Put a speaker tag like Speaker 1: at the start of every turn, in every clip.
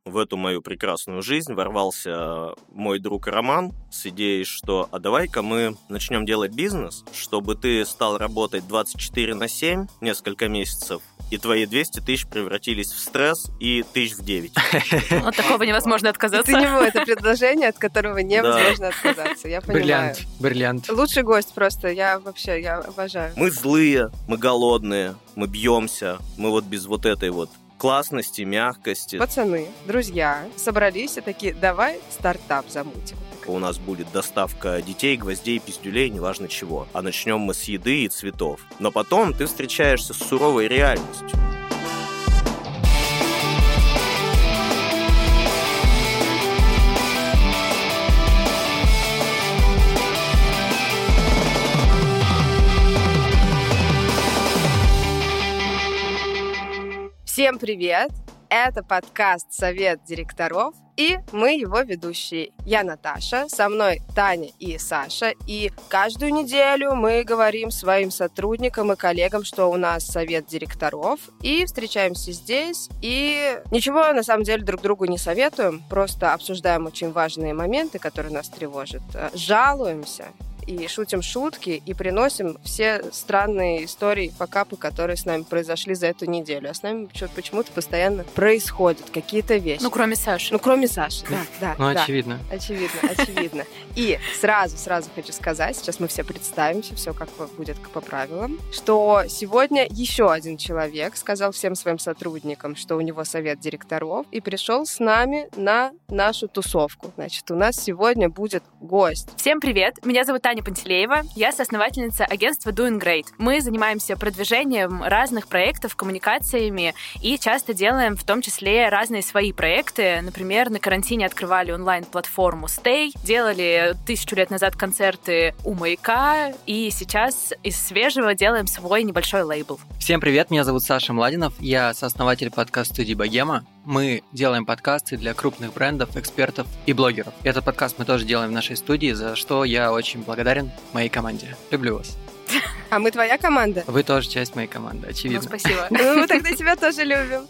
Speaker 1: в эту мою прекрасную жизнь ворвался мой друг Роман с идеей, что а давай-ка мы начнем делать бизнес, чтобы ты стал работать 24/7 несколько месяцев, и твои 200 тысяч превратились в стресс и тысяч в 9.
Speaker 2: От такого невозможно отказаться.
Speaker 3: Ценю это предложение, от которого невозможно отказаться. Я понимаю.
Speaker 4: Бриллиант.
Speaker 3: Лучший гость просто. Я обожаю.
Speaker 1: Мы злые, мы голодные, мы бьемся, мы вот без вот этой вот классности, мягкости.
Speaker 3: Пацаны, друзья, собрались и такие, давай стартап замутим.
Speaker 1: У нас будет доставка детей, гвоздей, пиздюлей, неважно чего. А начнем мы с еды и цветов. Но потом ты встречаешься с суровой реальностью.
Speaker 3: Всем привет! Это подкаст «Совет директоров», и мы его ведущие. Я Наташа, со мной Таня и Саша, и каждую неделю мы говорим своим сотрудникам и коллегам, что у нас совет директоров, и встречаемся здесь, и ничего на самом деле друг другу не советуем, просто обсуждаем очень важные моменты, которые нас тревожат, жалуемся и шутим шутки, и приносим все странные истории, факапы, которые с нами произошли за эту неделю. А с нами почему-то постоянно происходят какие-то вещи.
Speaker 2: Ну, кроме Саши.
Speaker 3: Да.
Speaker 4: Ну, очевидно.
Speaker 3: Очевидно. И сразу хочу сказать, сейчас мы все представимся, все как будет по правилам, что сегодня еще один человек сказал всем своим сотрудникам, что у него совет директоров, и пришел с нами на нашу тусовку. Значит, у нас сегодня будет гость.
Speaker 2: Всем привет, меня зовут Таня Пантелеева, я соосновательница агентства Doing Great. Мы занимаемся продвижением разных проектов, коммуникациями и часто делаем в том числе разные свои проекты. Например, на карантине открывали онлайн-платформу Stay, делали 1000 лет назад концерты у Маяка, и сейчас из свежего делаем свой небольшой лейбл.
Speaker 4: Всем привет, меня зовут Саша Младинов, я сооснователь подкаст-студии «Богема». Мы делаем подкасты для крупных брендов, экспертов и блогеров. Этот подкаст мы тоже делаем в нашей студии, за что я очень благодарен моей команде. Люблю вас.
Speaker 3: А мы твоя команда?
Speaker 4: Вы тоже часть моей команды, очевидно.
Speaker 2: Ну, спасибо.
Speaker 3: Ну, мы тогда тебя тоже любим.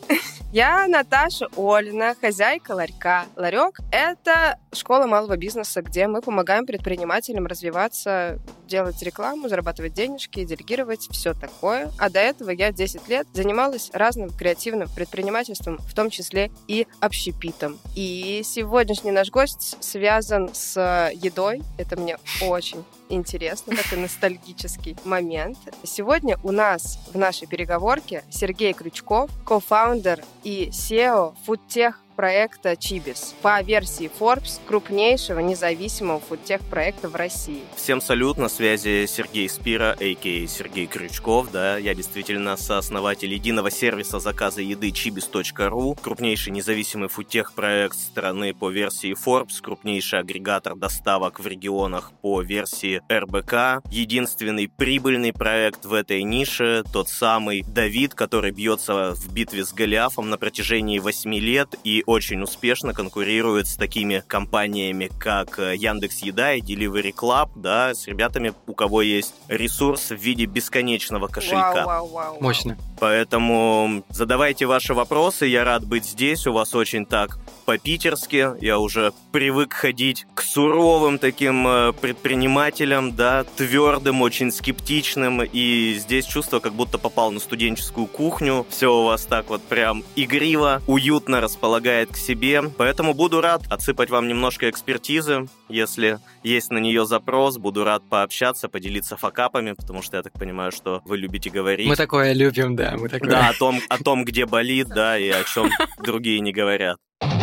Speaker 3: Я Наташа Олина, хозяйка ларька. Ларек — это школа малого бизнеса, где мы помогаем предпринимателям развиваться, делать рекламу, зарабатывать денежки, делегировать, все такое. А до этого я 10 лет занималась разным креативным предпринимательством, в том числе и общепитом. И сегодняшний наш гость связан с едой. Это мне очень интересно, такой ностальгический момент. Сегодня у нас в нашей переговорке Сергей Крючков, кофаундер и SEO фудтех проекта Chibis, по версии Forbes крупнейшего независимого фудтех-проекта в России.
Speaker 1: Всем салют, на связи Сергей Спира, а.к.а. Сергей Крючков, да, я действительно сооснователь единого сервиса заказа еды chibis.ru, крупнейший независимый фудтех-проект страны по версии Forbes, крупнейший агрегатор доставок в регионах по версии РБК, единственный прибыльный проект в этой нише, тот самый Давид, который бьется в битве с Голиафом на протяжении 8 лет и очень успешно конкурирует с такими компаниями, как Яндекс.Еда и Delivery Club, да, с ребятами, у кого есть ресурс в виде бесконечного кошелька.
Speaker 3: Вау.
Speaker 4: Мощно.
Speaker 1: Поэтому задавайте ваши вопросы, я рад быть здесь, у вас очень так по-питерски, я уже привык ходить к суровым таким предпринимателям, да, твердым, очень скептичным, и здесь чувство, как будто попал на студенческую кухню, все у вас так вот прям игриво, уютно располагает к себе, поэтому буду рад отсыпать вам немножко экспертизы, если есть на нее запрос, буду рад пообщаться, поделиться факапами, потому что я так понимаю, что вы любите говорить.
Speaker 4: Мы такое любим, да, мы такое.
Speaker 1: Да, о том, где болит, да, и о чем другие не говорят.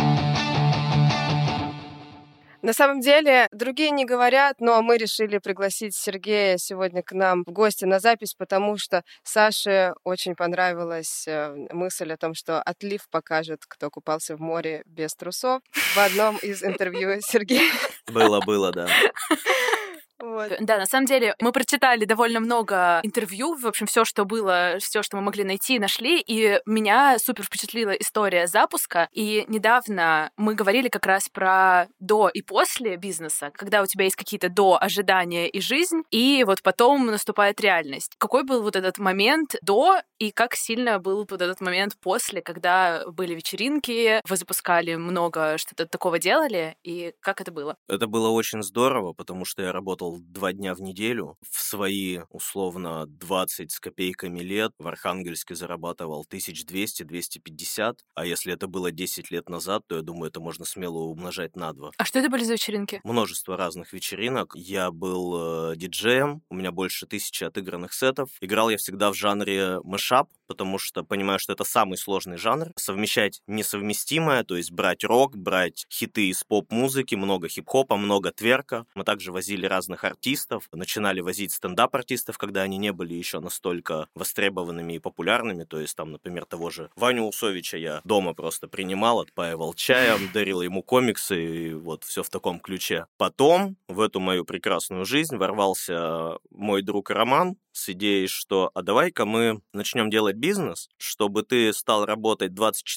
Speaker 3: На самом деле, другие не говорят, но мы решили пригласить Сергея сегодня к нам в гости на запись, потому что Саше очень понравилась мысль о том, что отлив покажет, кто купался в море без трусов. В одном из интервью Сергея...
Speaker 1: Было, да.
Speaker 3: Вот.
Speaker 2: Да, на самом деле мы прочитали довольно много интервью, в общем, все, что было, все, что мы могли найти, нашли, и меня супер впечатлила история запуска. И недавно мы говорили как раз про до и после бизнеса, когда у тебя есть какие-то до ожидания и жизнь, и вот потом наступает реальность. Какой был вот этот момент до, и как сильно был вот этот момент после, когда были вечеринки, вы запускали много, что-то такого делали, и как это было?
Speaker 1: Это было очень здорово, потому что я работал 2 дня в неделю. В свои, условно, 20 с копейками лет в Архангельске зарабатывал 1200-250, а если это было 10 лет назад, то, я думаю, это можно смело умножать на 2.
Speaker 2: А что это были за вечеринки?
Speaker 1: Множество разных вечеринок. Я был диджеем, у меня больше 1000 отыгранных сетов. Играл я всегда в жанре мэшап, потому что понимаю, что это самый сложный жанр. Совмещать несовместимое, то есть брать рок, брать хиты из поп-музыки, много хип-хопа, много тверка. Мы также возили разных артистов, начинали возить стендап-артистов, когда они не были еще настолько востребованными и популярными. То есть там, например, того же Ваню Усовича я дома просто принимал, отпаивал чаем, дарил ему комиксы, и вот все в таком ключе. Потом в эту мою прекрасную жизнь ворвался мой друг Роман с идеей, что а давай-ка мы начнем делать бизнес, чтобы ты стал работать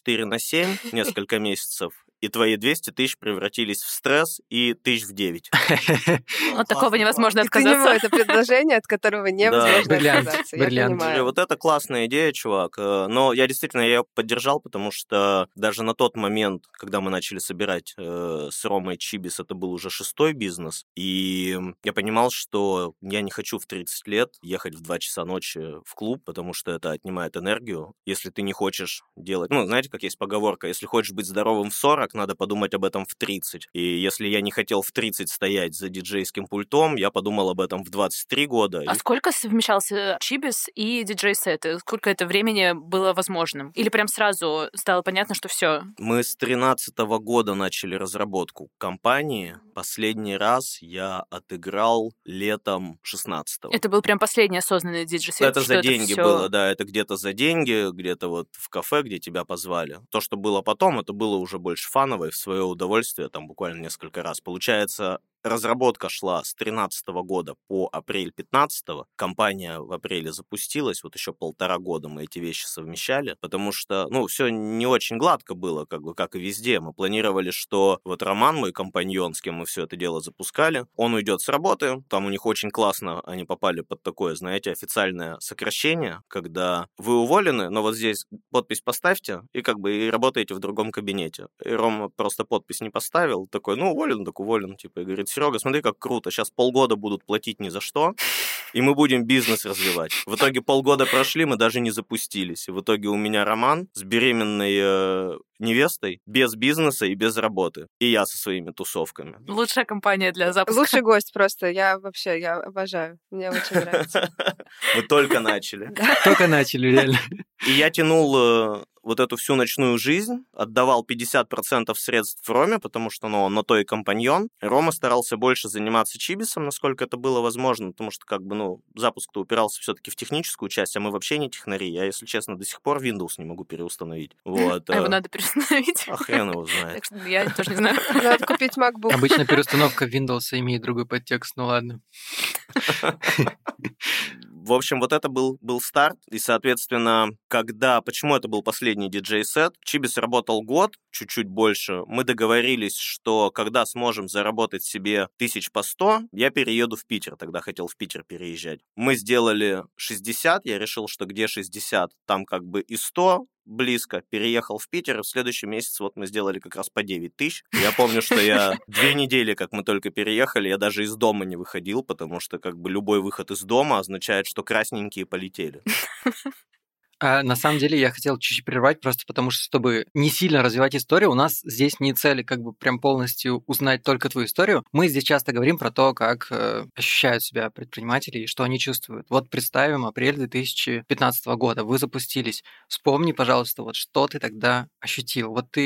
Speaker 1: 24/7 несколько месяцев, и твои 200 тысяч превратились в стресс и 9 тысяч.
Speaker 2: От такого невозможно
Speaker 3: И ценю
Speaker 2: отказаться.
Speaker 3: это предложение, от которого невозможно
Speaker 4: Бриллиант,
Speaker 3: отказаться. Я
Speaker 4: бриллиант.
Speaker 3: понимаю.
Speaker 1: Вот это классная идея, чувак. Но я действительно ее поддержал, потому что даже на тот момент, когда мы начали собирать с Ромой Чибис, это был уже 6-й бизнес, и я понимал, что я не хочу в 30 лет ехать в 2 часа ночи в клуб, потому что это отнимает энергию. Если ты не хочешь делать... Ну, знаете, как есть поговорка, если хочешь быть здоровым в 40, надо подумать об этом в 30. И если я не хотел в 30 стоять за диджейским пультом, я подумал об этом в 23 года.
Speaker 2: А сколько совмещался Чибис и диджей-сеты? Сколько это времени было возможным? Или прям сразу стало понятно, что все?
Speaker 1: Мы с 2013 года начали разработку компании. Последний раз я отыграл летом 16-го.
Speaker 2: Это был прям последний осознанный диджей-сет?
Speaker 1: Это
Speaker 2: что
Speaker 1: за деньги
Speaker 2: всё-
Speaker 1: было, да, это где-то за деньги, где-то вот в кафе, где тебя позвали. То, что было потом, это было уже больше фаново и в свое удовольствие, там буквально несколько раз. Получается, разработка шла с 2013 года по апрель 2015. Компания в апреле запустилась, вот еще 1,5 года мы эти вещи совмещали, потому что, ну, все не очень гладко было, как и везде. Мы планировали, что вот Роман, мой компаньон, с кем мы все это дело запускали, он уйдет с работы, там у них очень классно, они попали под такое, знаете, официальное сокращение, когда вы уволены, но вот здесь подпись поставьте, и как бы и работаете в другом кабинете. И Рома просто подпись не поставил, такой, ну, уволен, так уволен, типа, и говорит, Серега, смотри, как круто, сейчас полгода будут платить ни за что, и мы будем бизнес развивать. В итоге полгода прошли, мы даже не запустились. И в итоге у меня Роман с беременной невестой, без бизнеса и без работы. И я со своими тусовками.
Speaker 2: Лучшая компания для запуска.
Speaker 3: Лучший гость просто. Я обожаю. Мне очень нравится.
Speaker 1: Мы только начали.
Speaker 4: Только начали, реально.
Speaker 1: И я тянул вот эту всю ночную жизнь, отдавал 50% средств Роме, потому что он на то и компаньон. Рома старался больше заниматься Чибисом, насколько это было возможно, потому что как бы, запуск-то упирался все-таки в техническую часть, а мы вообще не технари. Я, если честно, до сих пор Windows не могу переустановить. Вот.
Speaker 2: А его надо переустановить.
Speaker 1: А хрен его знает.
Speaker 2: Так что я тоже не знаю.
Speaker 3: Надо купить MacBook.
Speaker 4: Обычно переустановка Windows имеет другой подтекст, ну ладно.
Speaker 1: В общем, вот это был старт, и, соответственно, почему это был последний диджей-сет, Чибис работал год, чуть-чуть больше, мы договорились, что когда сможем заработать себе 1000 по 100, я перееду в Питер, тогда хотел в Питер переезжать. Мы сделали 60, я решил, что где 60, там как бы и 100, близко, переехал в Питер, и в следующий месяц вот мы сделали как раз по 9 тысяч. Я помню, что я 2 недели, как мы только переехали, я даже из дома не выходил, потому что как бы любой выход из дома означает, что красненькие полетели.
Speaker 4: На самом деле я хотел чуть-чуть прервать, просто потому что, чтобы не сильно развивать историю, у нас здесь не цель как бы прям полностью узнать только твою историю. Мы здесь часто говорим про то, как ощущают себя предприниматели и что они чувствуют. Вот представим апрель 2015 года, вы запустились. Вспомни, пожалуйста, вот что ты тогда ощутил. Вот ты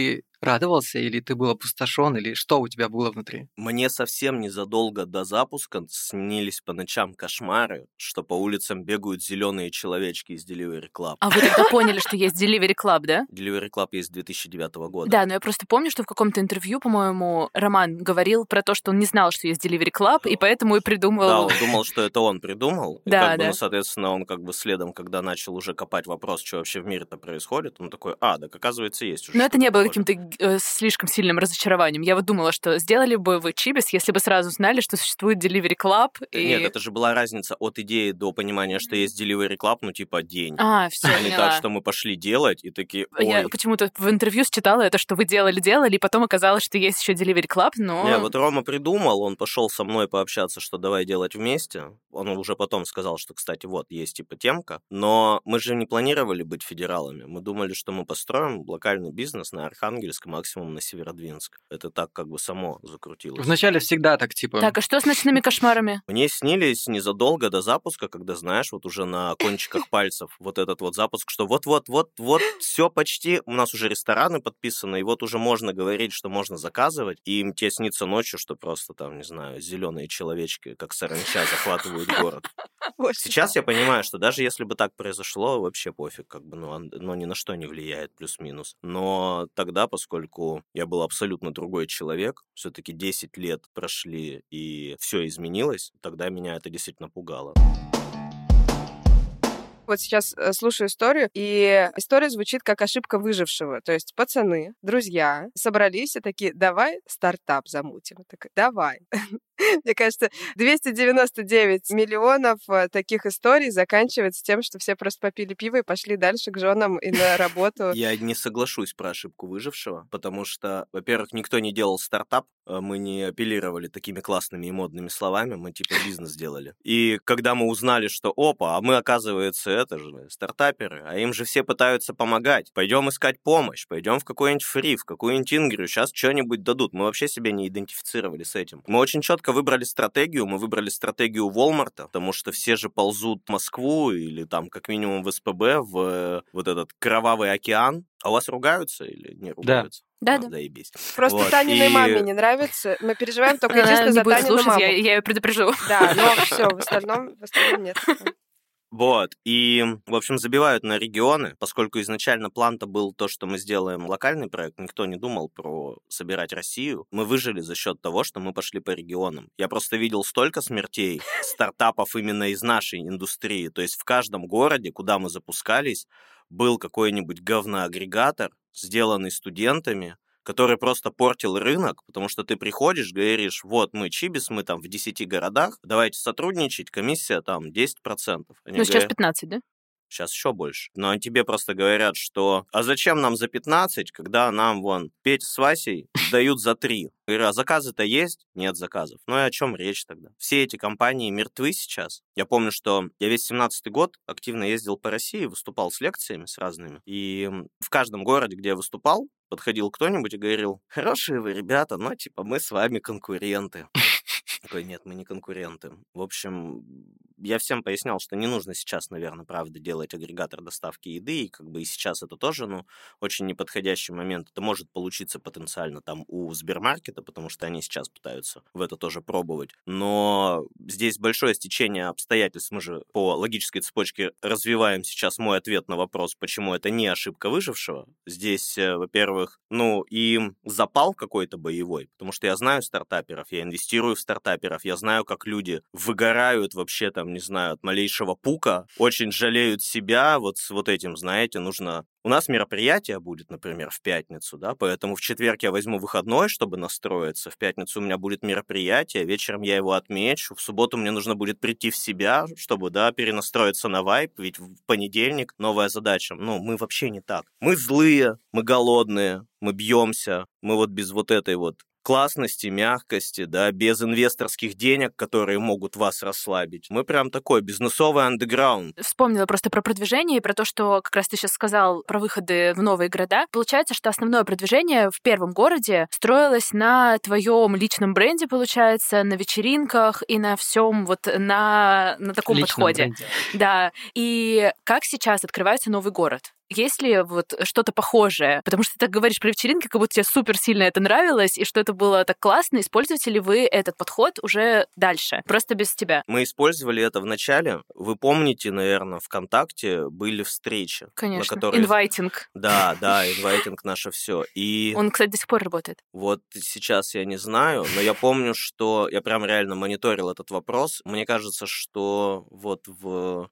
Speaker 4: радовался, или ты был опустошен, или что у тебя было внутри?
Speaker 1: Мне совсем незадолго до запуска снились по ночам кошмары, что по улицам бегают зеленые человечки из Delivery Club.
Speaker 2: А вы тогда поняли, что есть Delivery Club, да?
Speaker 1: Delivery Club есть с 2009 года.
Speaker 2: Да, но я просто помню, что в каком-то интервью, по-моему, Роман говорил про то, что он не знал, что есть Delivery Club, и поэтому и придумал...
Speaker 1: Да, он думал, что это он придумал. И
Speaker 2: Да, да.
Speaker 1: ну, соответственно, он как бы следом, когда начал уже копать вопрос, что вообще в мире-то происходит, он такой, так оказывается есть уже.
Speaker 2: Но это не было каким-то слишком сильным разочарованием. Я вот думала, что сделали бы вы Чибис, если бы сразу знали, что существует Delivery Club.
Speaker 1: Нет, это же была разница от идеи до понимания, что есть Delivery Club, ну типа день.
Speaker 2: Все,
Speaker 1: а не так, что мы пошли делать, и такие, ой.
Speaker 2: Я почему-то в интервью считала это, что вы делали, и потом оказалось, что есть еще Delivery Club, но...
Speaker 1: Не, вот Рома придумал, он пошел со мной пообщаться, что давай делать вместе. Он уже потом сказал, что, кстати, вот, есть типа темка. Но мы же не планировали быть федералами. Мы думали, что мы построим локальный бизнес на Архангельск, максимум на Северодвинск. Это так как бы само закрутилось.
Speaker 4: Вначале всегда так, типа...
Speaker 2: Так, а что с ночными кошмарами?
Speaker 1: Мне снились незадолго до запуска, когда, знаешь, вот уже на кончиках пальцев вот этот вот запуск, что вот-вот-вот, все почти, у нас уже рестораны подписаны, и вот уже можно говорить, что можно заказывать, и тебе снится ночью, что просто там, не знаю, зеленые человечки, как саранча, захватывают город. Сейчас я понимаю, что даже если бы так произошло, вообще пофиг, как бы, оно ни на что не влияет, плюс-минус. Но тогда, поскольку я был абсолютно другой человек, все-таки 10 лет прошли, и все изменилось, тогда меня это действительно пугало.
Speaker 3: Вот сейчас слушаю историю, и история звучит как ошибка выжившего. То есть пацаны, друзья собрались и такие, давай стартап замутим. Я такая, давай. Мне кажется, 299 миллионов таких историй заканчивается тем, что все просто попили пиво и пошли дальше к женам и на работу.
Speaker 1: Я не соглашусь про ошибку выжившего, потому что, во-первых, никто не делал стартап, мы не апеллировали такими классными и модными словами, мы типа бизнес делали. И когда мы узнали, что опа, а мы, оказывается, это же стартаперы, а им же все пытаются помогать, пойдем искать помощь, пойдем в какой-нибудь фри, в какую-нибудь Ингрию, сейчас что-нибудь дадут. Мы вообще себя не идентифицировали с этим. Мы очень четко выбрали стратегию, мы выбрали стратегию Walmart, потому что все же ползут в Москву или там как минимум в СПБ, в вот этот кровавый океан. А у вас ругаются или не ругаются?
Speaker 2: Да.
Speaker 1: Заебись.
Speaker 3: Просто
Speaker 1: вот.
Speaker 3: Таниной маме не нравится. Мы переживаем только единственно за Танину маму.
Speaker 2: Я ее предупрежу.
Speaker 3: Да, но все, в остальном нет.
Speaker 1: Вот, и, в общем, забивают на регионы, поскольку изначально план-то был то, что мы сделаем локальный проект, никто не думал про собирать Россию. Мы выжили за счет того, что мы пошли по регионам. Я просто видел столько смертей стартапов именно из нашей индустрии, то есть в каждом городе, куда мы запускались, был какой-нибудь говноагрегатор, сделанный студентами, который просто портил рынок, потому что ты приходишь, говоришь, вот мы Чибис, мы там в 10 городах, давайте сотрудничать, комиссия там 10%.
Speaker 2: Ну, сейчас 15, да?
Speaker 1: Сейчас еще больше. Но тебе просто говорят, что а зачем нам за 15, когда нам вон Петя с Васей дают за 3? Я говорю, а заказы-то есть? Нет заказов. Ну и о чем речь тогда? Все эти компании мертвы сейчас. Я помню, что я весь 17-й год активно ездил по России, выступал с лекциями с разными. И в каждом городе, где я выступал, подходил кто-нибудь и говорил, хорошие вы ребята, но типа мы с вами конкуренты. Такой, нет, мы не конкуренты. В общем, я всем пояснял, что не нужно сейчас, наверное, правда, делать агрегатор доставки еды, и как бы и сейчас это тоже, очень неподходящий момент. Это может получиться потенциально там у Сбермаркета, потому что они сейчас пытаются в это тоже пробовать. Но здесь большое стечение обстоятельств. Мы же по логической цепочке развиваем сейчас мой ответ на вопрос, почему это не ошибка выжившего. Здесь, во-первых, и запал какой-то боевой, потому что я знаю стартаперов, я инвестирую в стартаперов, я знаю, как люди выгорают вообще там, не знаю, от малейшего пука, очень жалеют себя, вот с вот этим, знаете, нужно... У нас мероприятие будет, например, в пятницу, да, поэтому в четверг я возьму выходной, чтобы настроиться, в пятницу у меня будет мероприятие, вечером я его отмечу, в субботу мне нужно будет прийти в себя, чтобы, перенастроиться на вайб, ведь в понедельник новая задача. Мы вообще не так. Мы злые, мы голодные, мы бьемся, мы вот без вот этой вот классности, мягкости, без инвесторских денег, которые могут вас расслабить. Мы прям такой бизнесовый андеграунд.
Speaker 2: Вспомнила просто про продвижение и про то, что как раз ты сейчас сказал про выходы в новые города. Получается, что основное продвижение в первом городе строилось на твоем личном бренде, получается, на вечеринках и на всем на таком
Speaker 4: личном
Speaker 2: подходе.
Speaker 4: бренде.
Speaker 2: Да. И как сейчас открывается новый город? Есть ли вот что-то похожее? Потому что ты так говоришь про вечеринки, как будто тебе супер сильно это нравилось, и что это было так классно. Используете ли вы этот подход уже дальше, просто без тебя?
Speaker 1: Мы использовали это в начале. Вы помните, наверное, ВКонтакте были встречи.
Speaker 2: Конечно.
Speaker 1: На которые...
Speaker 2: Инвайтинг.
Speaker 1: Да, инвайтинг наше все. И
Speaker 2: он, кстати, до сих пор работает.
Speaker 1: вот сейчас я не знаю, но я помню, что я прям реально мониторил этот вопрос. Мне кажется, что вот в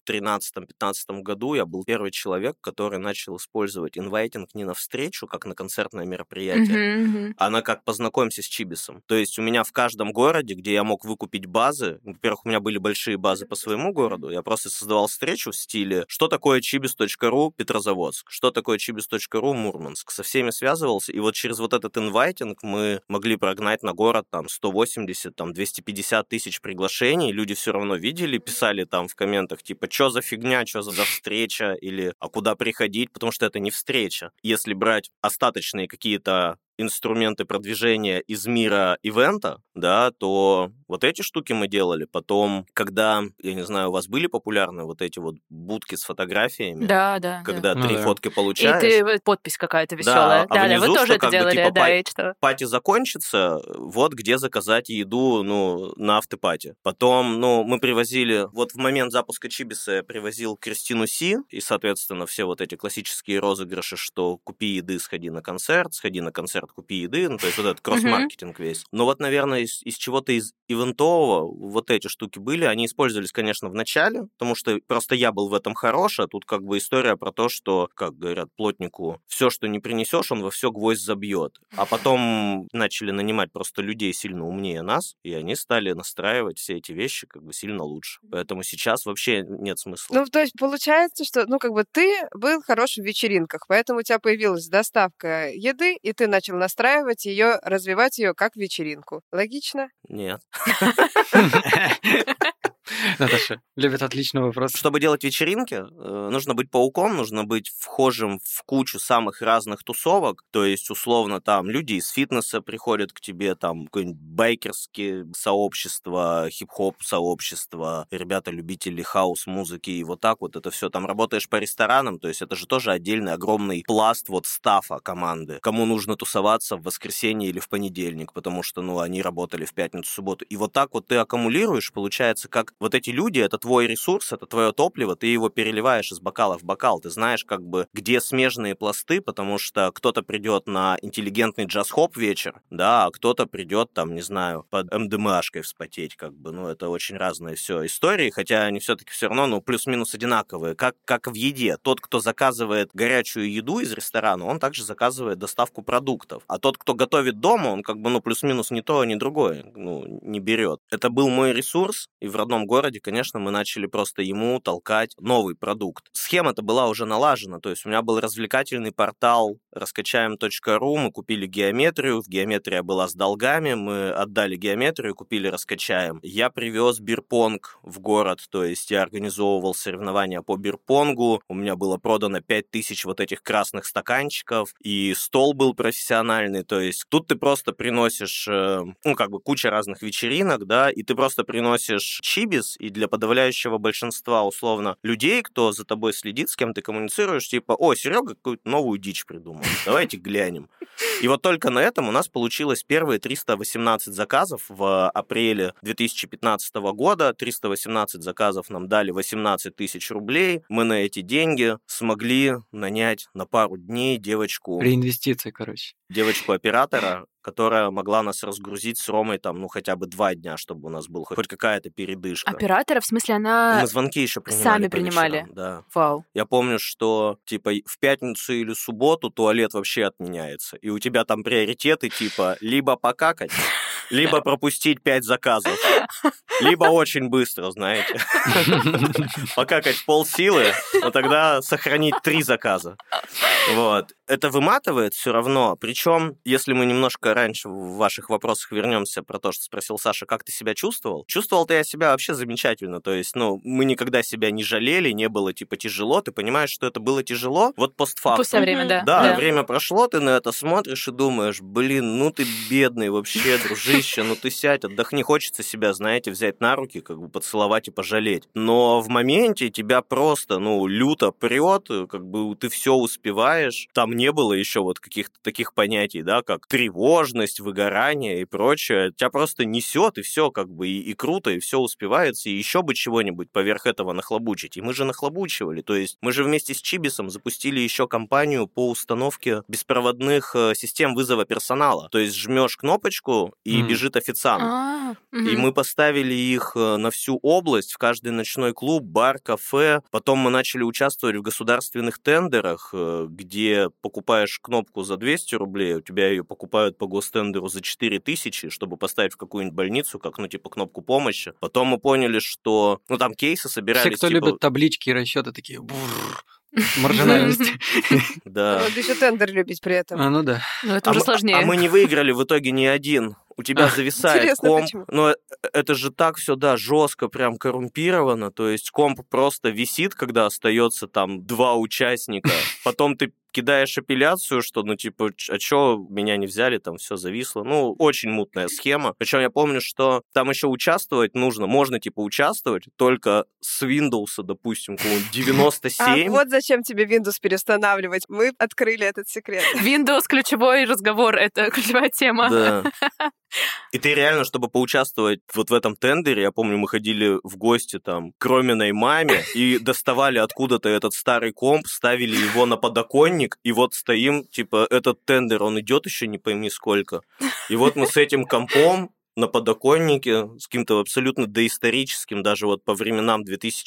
Speaker 1: 13-15 году я был первый человек, который начал использовать инвайтинг не на встречу, как на концертное мероприятие, а на как познакомься с Чибисом. То есть у меня в каждом городе, где я мог выкупить базы, во-первых, у меня были большие базы по своему городу, я просто создавал встречу в стиле «Что такое chibis.ru Петрозаводск? Что такое chibis.ru Мурманск?» Со всеми связывался, и вот через вот этот инвайтинг мы могли прогнать на город там 180, там 250 тысяч приглашений, люди все равно видели, писали там в комментах типа «Чё за фигня, чё за встреча?» или «А куда приходить?» Потому что это не встреча. Если брать остаточные какие-то инструменты продвижения из мира ивента, да, то вот эти штуки мы делали. Потом, когда, я не знаю, у вас были популярны вот эти вот будки с фотографиями?
Speaker 2: Да.
Speaker 1: Когда 3 фотки получаешь.
Speaker 2: И ты подпись какая-то веселая.
Speaker 1: Да,
Speaker 2: вы тоже это делали, да, и что?
Speaker 1: Пати закончится, вот где заказать еду, на автопати. Потом, мы привозили, вот в момент запуска Чибиса я привозил Кристину Си, и, соответственно, все вот эти классические розыгрыши, что купи еды, сходи на концерт, купи еды, то есть вот этот кросс-маркетинг весь. Но вот, наверное, из чего-то из ивентового вот эти штуки были, они использовались, конечно, в начале, потому что просто я был в этом хорош, а тут как бы история про то, что, как говорят плотнику, все, что не принесешь, он во все гвоздь забьет. А потом начали нанимать просто людей сильно умнее нас, и они стали настраивать все эти вещи как бы сильно лучше. Поэтому сейчас вообще нет смысла.
Speaker 3: То есть получается, что, ты был хорош в вечеринках, поэтому у тебя появилась доставка еды, и ты начал настраивать ее, развивать ее как вечеринку. Логично?
Speaker 1: Нет.
Speaker 4: Наташа любит отличный вопрос.
Speaker 1: Чтобы делать вечеринки, нужно быть пауком, нужно быть вхожим в кучу самых разных тусовок, то есть, условно, там люди из фитнеса приходят к тебе, там, какое-нибудь байкерские сообщества, хип-хоп сообщества, ребята-любители хаус-музыки, и вот так вот это все. Там работаешь по ресторанам, то есть это же тоже отдельный огромный пласт вот стафа команды. Кому нужно тусоваться в воскресенье или в понедельник, потому что, они работали в пятницу, субботу. И вот так вот ты аккумулируешь, получается, как вот эти люди, это твой ресурс, это твое топливо, ты его переливаешь из бокала в бокал, ты знаешь, как бы, где смежные пласты, потому что кто-то придет на интеллигентный джаз-хоп вечер, да, а кто-то придет, там, не знаю, под МДМАшкой вспотеть, как бы, это очень разные все истории, хотя они все-таки все равно, плюс-минус одинаковые, как в еде. Тот, кто заказывает горячую еду из ресторана, он также заказывает доставку продуктов, а тот, кто готовит дома, он как бы, плюс-минус ни то, ни другое, не берет. Это был мой ресурс, и в родном городе, конечно, мы начали просто ему толкать новый продукт. Схема-то была уже налажена, то есть у меня был развлекательный портал раскачаем.ру, мы купили геометрию, геометрия была с долгами, мы отдали геометрию, купили раскачаем. Я привез бирпонг в город, то есть я организовывал соревнования по бирпонгу, у меня было продано 5000 вот этих красных стаканчиков, и стол был профессиональный, то есть тут ты просто приносишь, куча разных вечеринок, да, и ты просто приносишь чибис, и для подавляющего большинства, условно, людей, кто за тобой следит, с кем ты коммуницируешь, типа, о, Серега какую-то новую дичь придумал, давайте глянем. И вот только на этом у нас получилось первые 318 заказов в апреле 2015 года. 318 заказов нам дали 18 тысяч рублей. Мы на эти деньги смогли нанять на пару дней девочку...
Speaker 4: Реинвестиции, короче.
Speaker 1: Девочку-оператора, которая могла нас разгрузить с Ромой там, хотя бы 2 дня, чтобы у нас была хоть какая-то передышка.
Speaker 2: Оператора, в смысле, она...
Speaker 1: Мы звонки еще принимали.
Speaker 2: Сами принимали?
Speaker 1: Вечерам, да.
Speaker 2: Вау.
Speaker 1: Я помню, что, в пятницу или субботу туалет вообще отменяется, и у тебя там приоритеты, либо покакать, либо пропустить 5 заказов, либо очень быстро, знаете. Покакать в полсилы, но тогда сохранить 3 заказа. Вот. Это выматывает все равно. Причем, если мы немножко раньше в ваших вопросах вернемся про то, что спросил Саша, как ты себя чувствовал? Чувствовал-то я себя вообще замечательно. То есть, мы никогда себя не жалели, не было, тяжело. Ты понимаешь, что это было тяжело? Вот постфактум.
Speaker 2: После времени, да.
Speaker 1: Да, время прошло, ты на это смотришь и думаешь, ты бедный вообще, дружище. дружище, ну ты сядь, отдохни. Хочется себя, знаете, взять на руки, как бы поцеловать и пожалеть. Но в моменте тебя просто, люто прет, как бы ты все успеваешь. Там не было еще вот каких-то таких понятий, да, как тревожность, выгорание и прочее. Тебя просто несет, и все как бы и круто, и все успевается, и еще бы чего-нибудь поверх этого нахлобучить. И мы же нахлобучивали. То есть мы же вместе с Чибисом запустили еще кампанию по установке беспроводных систем вызова персонала. То есть жмешь кнопочку, и бежит официант. И мы поставили их на всю область, в каждый ночной клуб, бар, кафе. Потом мы начали участвовать в государственных тендерах, где покупаешь кнопку за 200 рублей, у тебя ее покупают по гостендеру за 4000, чтобы поставить в какую-нибудь больницу, как, кнопку помощи. Потом мы поняли, что, там кейсы собирались.
Speaker 4: Все, кто любит таблички и расчеты, такие маржинальность.
Speaker 1: Да.
Speaker 3: Надо еще тендер любить при этом.
Speaker 4: Ну да.
Speaker 2: Ну, это уже сложнее.
Speaker 1: А мы не выиграли в итоге ни один. У тебя зависает комп.
Speaker 3: Почему?
Speaker 1: Но это же так все, да, жестко прям коррумпировано. То есть комп просто висит, когда остается там 2 участника. Потом ты кидаешь апелляцию, что, а чё меня не взяли, там все зависло. Очень мутная схема. Причем я помню, что там еще участвовать нужно. Можно, участвовать только с Windows, допустим, 97.
Speaker 3: А вот зачем тебе Windows переустанавливать. Мы открыли этот секрет.
Speaker 2: Windows ключевой разговор, это ключевая тема.
Speaker 1: Да. И ты реально, чтобы поучаствовать вот в этом тендере, я помню, мы ходили в гости там к Роминой маме и доставали откуда-то этот старый комп, ставили его на подоконник, и вот стоим, этот тендер, он идет еще не пойми сколько. И вот мы с этим компом на подоконнике, с каким-то абсолютно доисторическим, даже вот по временам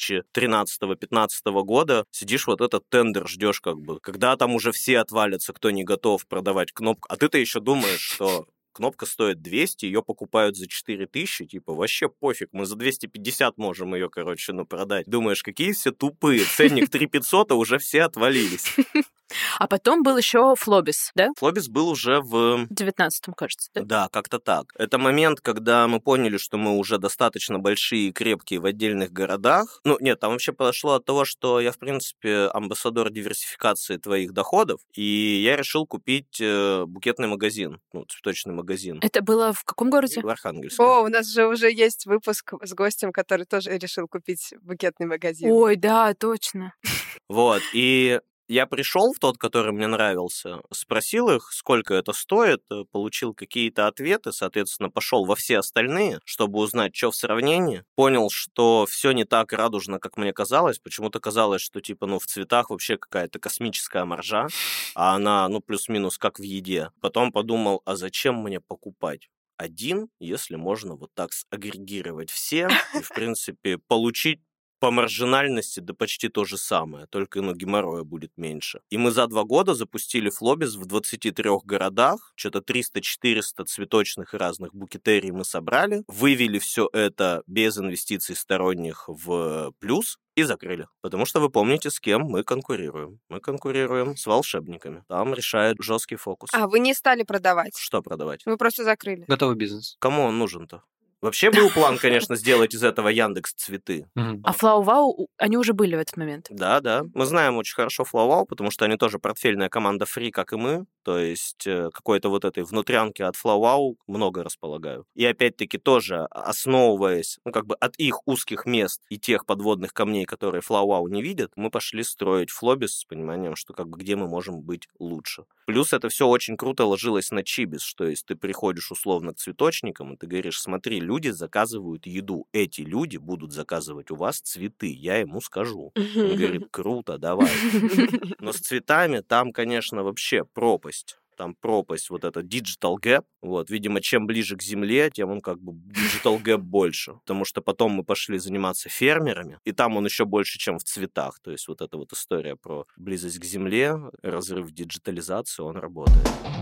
Speaker 1: 2013-2015 года, сидишь вот этот тендер ждешь как бы, когда там уже все отвалятся, кто не готов продавать кнопку, а ты-то еще думаешь, что кнопка стоит 200, ее покупают за 4000, вообще пофиг, мы за 250 можем ее, продать. Думаешь, какие все тупые, ценник 3500, а уже все отвалились.
Speaker 2: А потом был еще Флобис, да?
Speaker 1: Флобис был уже в
Speaker 2: 19-м, кажется, да?
Speaker 1: Да, как-то так. Это момент, когда мы поняли, что мы уже достаточно большие и крепкие в отдельных городах. Нет, там вообще пошло от того, что я, в принципе, амбассадор диверсификации твоих доходов, и я решил купить букетный магазин, цветочный магазин.
Speaker 2: Это было в каком городе?
Speaker 1: В Архангельске.
Speaker 3: О, у нас же уже есть выпуск с гостем, который тоже решил купить букетный магазин.
Speaker 2: Ой, да, точно.
Speaker 1: Вот, и я пришел в тот, который мне нравился, спросил их, сколько это стоит, получил какие-то ответы, соответственно, пошел во все остальные, чтобы узнать, что в сравнении. Понял, что все не так радужно, как мне казалось. Почему-то казалось, что в цветах вообще какая-то космическая маржа, а она, плюс-минус как в еде. Потом подумал, а зачем мне покупать один, если можно вот так сагрегировать все и, в принципе, получить по маржинальности да почти то же самое, только геморроя будет меньше. И мы за 2 года запустили Флобис в 23 городах, что-то 300-400 цветочных и разных букетерий мы собрали, вывели все это без инвестиций сторонних в плюс и закрыли. Потому что вы помните, с кем мы конкурируем. Мы конкурируем с волшебниками. Там решает жесткий фокус.
Speaker 3: А вы не стали продавать?
Speaker 1: Что продавать?
Speaker 3: Вы просто закрыли.
Speaker 4: Готовый бизнес.
Speaker 1: Кому он нужен-то? Вообще был план, конечно, сделать из этого Яндекс.Цветы.
Speaker 2: А FlowWow, они уже были в этот момент?
Speaker 1: Да. Мы знаем очень хорошо FlowWow, потому что они тоже портфельная команда Free, как и мы. То есть какой-то вот этой внутрянки от FlowWow много располагаю. И опять-таки тоже основываясь, от их узких мест и тех подводных камней, которые FlowWow не видят, мы пошли строить Флобис с пониманием, что где мы можем быть лучше. Плюс это все очень круто ложилось на Чибис, то есть ты приходишь условно к цветочникам, и ты говоришь, смотри, люди заказывают еду, эти люди будут заказывать у вас цветы, я ему скажу. Он говорит, круто, давай. Но с цветами там, конечно, вообще пропасть. Там пропасть, вот это digital gap. Вот, видимо, чем ближе к земле, тем он digital gap больше. Потому что потом мы пошли заниматься фермерами, и там он еще больше, чем в цветах. То есть вот эта вот история про близость к земле, разрыв диджитализации, он работает.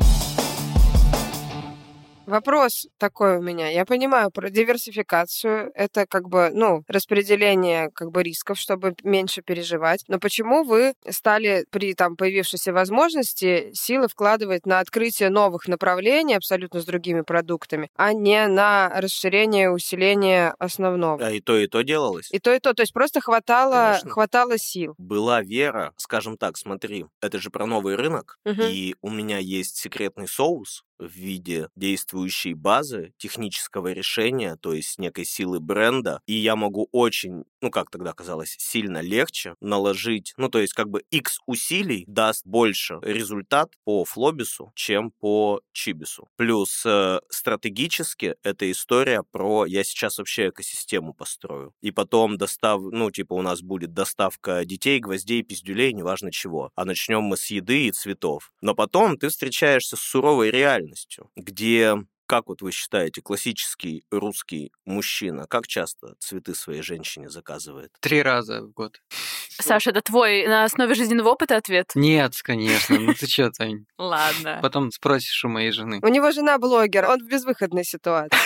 Speaker 3: Вопрос такой у меня. Я понимаю про диверсификацию. Это распределение рисков, чтобы меньше переживать. Но почему вы стали при появившейся возможности силы вкладывать на открытие новых направлений абсолютно с другими продуктами, а не на расширение, усиление основного?
Speaker 1: А и то делалось?
Speaker 3: И то. То есть просто хватало сил.
Speaker 1: Была вера, скажем так, смотри, это же про новый рынок, и у меня есть секретный соус, в виде действующей базы, технического решения, то есть некой силы бренда, и я могу очень, как тогда казалось, сильно легче наложить, то есть как бы X усилий даст больше результат по Флобису, чем по Чибису. Плюс стратегически эта история про я сейчас вообще экосистему построю. И потом у нас будет доставка детей, гвоздей, пиздюлей, неважно чего. А начнем мы с еды и цветов. Но потом ты встречаешься с суровой реальностью, где... Как вот вы считаете, классический русский мужчина, как часто цветы своей женщине заказывает?
Speaker 4: 3 раза в год.
Speaker 2: Саша, это твой на основе жизненного опыта ответ?
Speaker 4: Нет, конечно. Ты чё, Тань?
Speaker 2: Ладно.
Speaker 4: Потом спросишь у моей жены.
Speaker 3: У него жена блогер, он в безвыходной ситуации.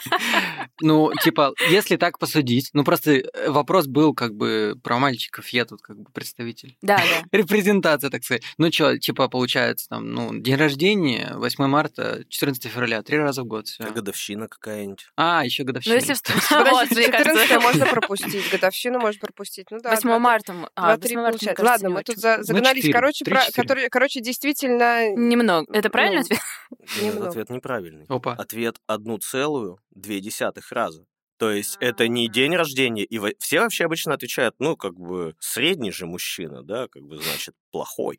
Speaker 4: Если так посудить, просто вопрос был как бы про мальчиков, я тут как бы представитель.
Speaker 2: Да.
Speaker 4: Репрезентация, так сказать. Получается, день рождения, 8 марта, 14 февраля, 3 раза в год. Всё.
Speaker 1: А годовщина какая-нибудь?
Speaker 4: Еще годовщина.
Speaker 2: Если
Speaker 3: Подожди, 14 можно пропустить, годовщину можно пропустить.
Speaker 2: 8 марта.
Speaker 3: 2-3 получается. Ладно, мы тут загнались.
Speaker 4: 4.
Speaker 3: Короче, действительно...
Speaker 2: Немного. Это правильный ответ?
Speaker 1: Нет, ответ неправильный.
Speaker 4: Опа.
Speaker 1: Ответ 1,2 раза. То есть это не день рождения, и все вообще обычно отвечают, средний же мужчина, да, значит, плохой.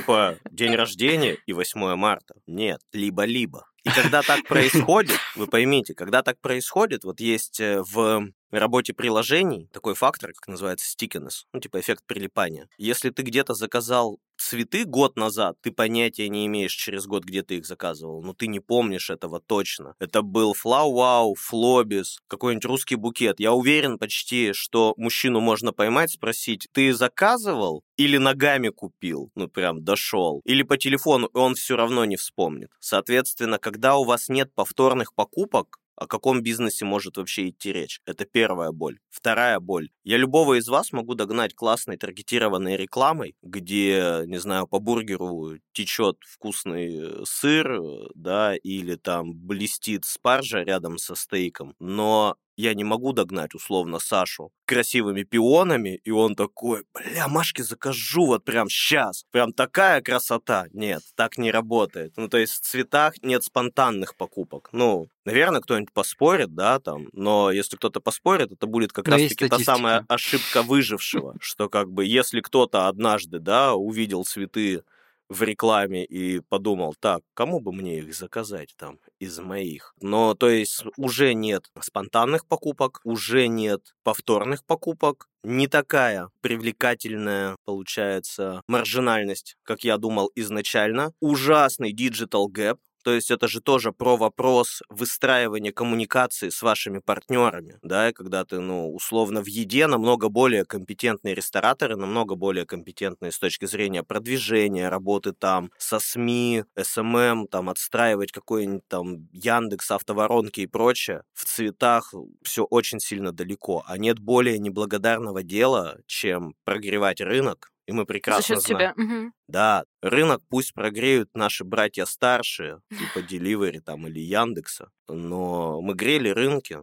Speaker 1: День рождения и 8 марта. Нет, либо-либо. И когда так происходит, вы поймите, когда так происходит, есть в работе приложений такой фактор, как называется stickiness, эффект прилипания. Если ты где-то заказал цветы год назад, ты понятия не имеешь через год, где ты их заказывал, но ты не помнишь этого точно. Это был Флау-Вау, Флобис, какой-нибудь русский букет. Я уверен почти, что мужчину можно поймать, спросить, ты заказывал или ногами купил, прям дошел, или по телефону, и он все равно не вспомнит. Соответственно, когда у вас нет повторных покупок, о каком бизнесе может вообще идти речь? Это первая боль. Вторая боль. Я любого из вас могу догнать классной таргетированной рекламой, где, не знаю, по бургеру течет вкусный сыр, да, или там блестит спаржа рядом со стейком, но я не могу догнать, условно, Сашу красивыми пионами, и он такой, Машке закажу вот прям сейчас. Прям такая красота. Нет, так не работает. То есть в цветах нет спонтанных покупок. Наверное, кто-нибудь поспорит, да, но если кто-то поспорит, это будет как раз-таки та самая ошибка выжившего, что если кто-то однажды, да, увидел цветы в рекламе и подумал, так, кому бы мне их заказать из моих? Но, то есть, уже нет спонтанных покупок, уже нет повторных покупок, не такая привлекательная, получается, маржинальность, как я думал изначально, ужасный digital gap. То есть это же тоже про вопрос выстраивания коммуникации с вашими партнерами, да, и когда ты, условно, в еде намного более компетентные рестораторы, намного более компетентные с точки зрения продвижения, работы со СМИ, СММ, отстраивать какой-нибудь Яндекс, автоворонки и прочее. В цветах все очень сильно далеко, а нет более неблагодарного дела, чем прогревать рынок. И мы прекрасно знаем.
Speaker 2: Угу.
Speaker 1: Да, рынок пусть прогреют наши братья старшие, типа Delivery или Яндекса, но мы грели рынки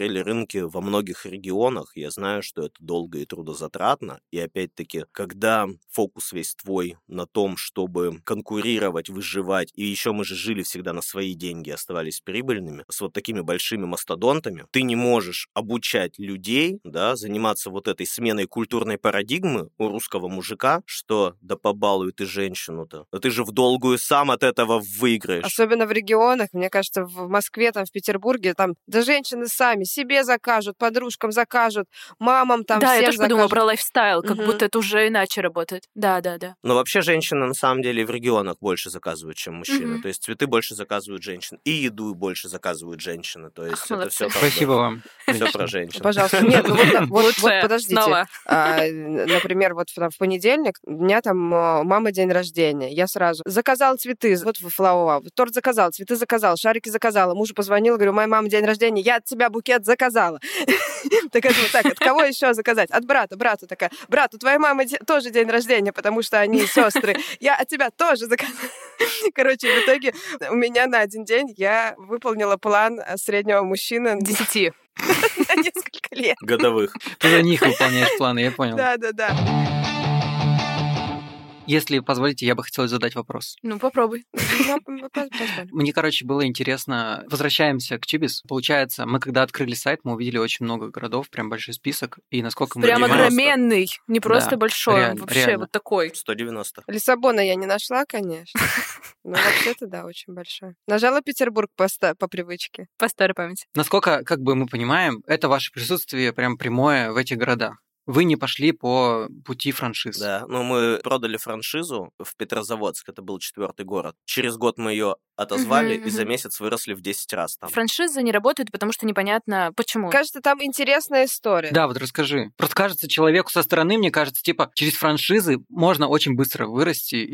Speaker 1: во многих регионах. Я знаю, что это долго и трудозатратно. И опять-таки, когда фокус весь твой на том, чтобы конкурировать, выживать, и еще мы же жили всегда на свои деньги, оставались прибыльными, с вот такими большими мастодонтами, ты не можешь обучать людей, да, заниматься вот этой сменой культурной парадигмы у русского мужика, что да побалуй ты женщину-то, да ты же в долгую сам от этого выиграешь.
Speaker 3: Особенно в регионах, мне кажется, в Москве, в Петербурге, да женщины сами себе закажут, подружкам закажут, мамам всем
Speaker 2: закажут. Да, я тоже подумала
Speaker 3: закажут.
Speaker 2: про лайфстайл, как будто это уже иначе работает. Да.
Speaker 1: Но вообще женщины на самом деле в регионах больше заказывают, чем мужчины. То есть цветы больше заказывают женщины, и еду больше заказывают женщины. То есть это все
Speaker 4: Спасибо вам.
Speaker 1: Все про женщин.
Speaker 3: Пожалуйста. Нет, вот подождите.
Speaker 2: Снова.
Speaker 3: Например, в понедельник у меня мама день рождения. Я сразу заказала цветы, в Флау-Вау. Торт заказала, цветы заказала, шарики заказала. Мужу позвонила, говорю, моя мама день рождения, я от тебя букет заказала. Такая, от кого еще заказать? От брата. Такая, брат, у твоей мамы тоже день рождения, потому что они сестры. Я от тебя тоже заказала. Короче, в итоге у меня на один день я выполнила план среднего мужчины
Speaker 2: 10.
Speaker 3: на несколько лет.
Speaker 1: Годовых.
Speaker 4: Ты за них выполняешь планы, я понял.
Speaker 3: Да.
Speaker 4: Если позволите, я бы хотел задать вопрос.
Speaker 2: Ну, попробуй.
Speaker 4: Мне, было интересно. Возвращаемся к Чибис. Получается, мы когда открыли сайт, мы увидели очень много городов, прям большой список. И насколько мы
Speaker 2: Прям
Speaker 4: понимаем...
Speaker 2: огроменный, не просто большой,
Speaker 4: реально,
Speaker 2: вообще
Speaker 4: реально.
Speaker 2: вот такой.
Speaker 1: 190.
Speaker 3: Лиссабона я не нашла, конечно. Но вообще-то, да, очень большой. Нажала Петербург по привычке.
Speaker 2: По старой памяти.
Speaker 4: Насколько, мы понимаем, это ваше присутствие прям прямое в этих городах. Вы не пошли по пути франшиз.
Speaker 1: Да, мы продали франшизу в Петрозаводск, это был 4-й город. Через год мы ее отозвали и за месяц выросли в 10 раз там.
Speaker 2: Франшизы не работают, потому что непонятно почему.
Speaker 3: Кажется, там интересная история.
Speaker 4: Да, вот расскажи. Просто кажется, человеку со стороны, мне кажется, через франшизы можно очень быстро вырасти и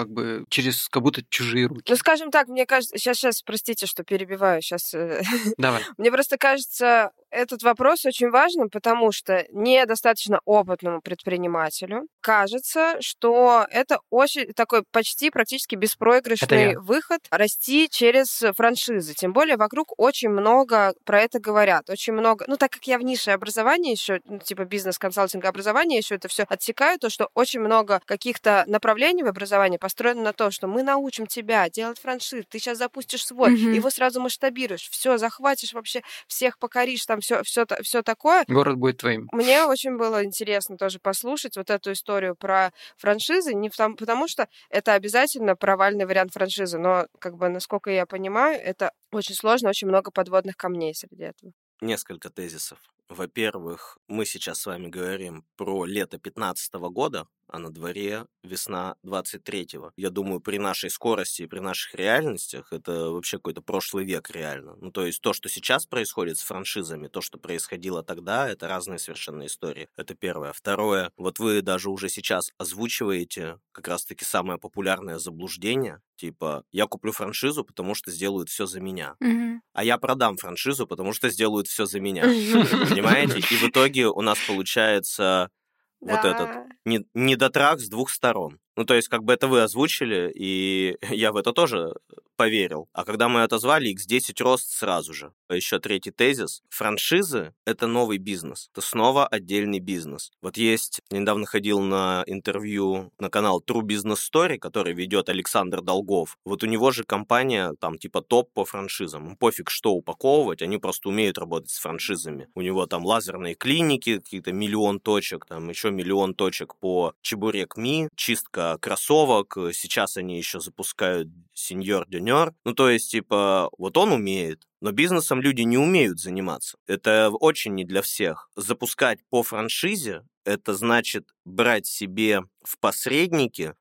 Speaker 4: через как будто чужие руки.
Speaker 3: Ну, скажем так, мне кажется... Сейчас, простите, что перебиваю. Сейчас.
Speaker 4: Давай.
Speaker 3: Мне просто кажется, этот вопрос очень важным, потому что недостаточно опытному предпринимателю кажется, что это очень такой почти практически беспроигрышный выход расти через франшизы. Тем более вокруг очень много про это говорят. Очень много... так как я в нише образования еще, бизнес-консалтинга образования еще это все отсекаю, то, что очень много каких-то направлений в образовании построено на том, что мы научим тебя делать франшизы, ты сейчас запустишь свой, его сразу масштабируешь, все, захватишь вообще, всех покоришь, там все такое.
Speaker 4: Город будет твоим.
Speaker 3: Мне очень было интересно тоже послушать вот эту историю про франшизы, потому что это обязательно провальный вариант франшизы, но, насколько я понимаю, это очень сложно, очень много подводных камней среди этого.
Speaker 1: Несколько тезисов. Во-первых, мы сейчас с вами говорим про лето 2015 года, а на дворе весна 23-го. Я думаю, при нашей скорости и при наших реальностях это вообще какой-то прошлый век реально. То есть то, что сейчас происходит с франшизами, то, что происходило тогда, это разные совершенно истории. Это первое. Второе, вот вы даже уже сейчас озвучиваете как раз-таки самое популярное заблуждение, типа, я куплю франшизу, потому что сделают все за меня. А я продам франшизу, потому что сделают все за меня. Понимаете? И в итоге у нас получается вот этот недотрах с двух сторон. То есть, это вы озвучили, и я в это тоже поверил. А когда мы отозвали, X10 рост сразу же. Еще третий тезис. Франшизы — это новый бизнес. Это снова отдельный бизнес. Вот есть, недавно ходил на интервью на канал True Business Story, который ведет Александр Долгов. Вот у него же компания, топ по франшизам. Пофиг, что упаковывать, они просто умеют работать с франшизами. У него там лазерные клиники, какие-то 1 миллион точек, еще 1 миллион точек по Чебурек.ми, чистка кроссовок, сейчас они еще запускают Сеньор Дюнер. То есть, вот он умеет, но бизнесом люди не умеют заниматься. Это очень не для всех. Запускать по франшизе — это значит брать себе в посредники,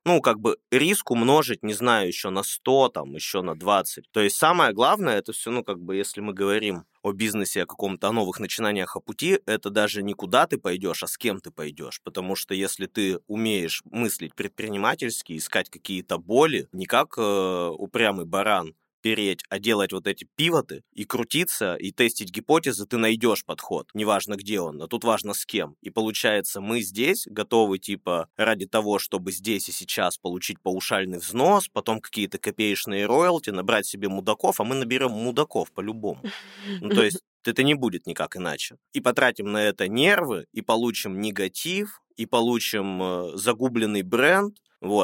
Speaker 1: риск умножить, не знаю, еще на 100, еще на 20. То есть самое главное, это все, если мы говорим о бизнесе, о каком-то о новых начинаниях, о пути, это даже не куда ты пойдешь, а с кем ты пойдешь. Потому что если ты умеешь мыслить предпринимательски, искать какие-то боли, не как упрямый баран, переть, а делать вот эти пивоты и крутиться, и тестить гипотезы, ты найдешь подход. Неважно, где он, а тут важно с кем. И получается, мы здесь готовы, ради того, чтобы здесь и сейчас получить паушальный взнос, потом какие-то копеечные роялти, набрать себе мудаков, а мы наберем мудаков по-любому. То есть это не будет никак иначе. И потратим на это нервы, и получим негатив, и получим загубленный бренд.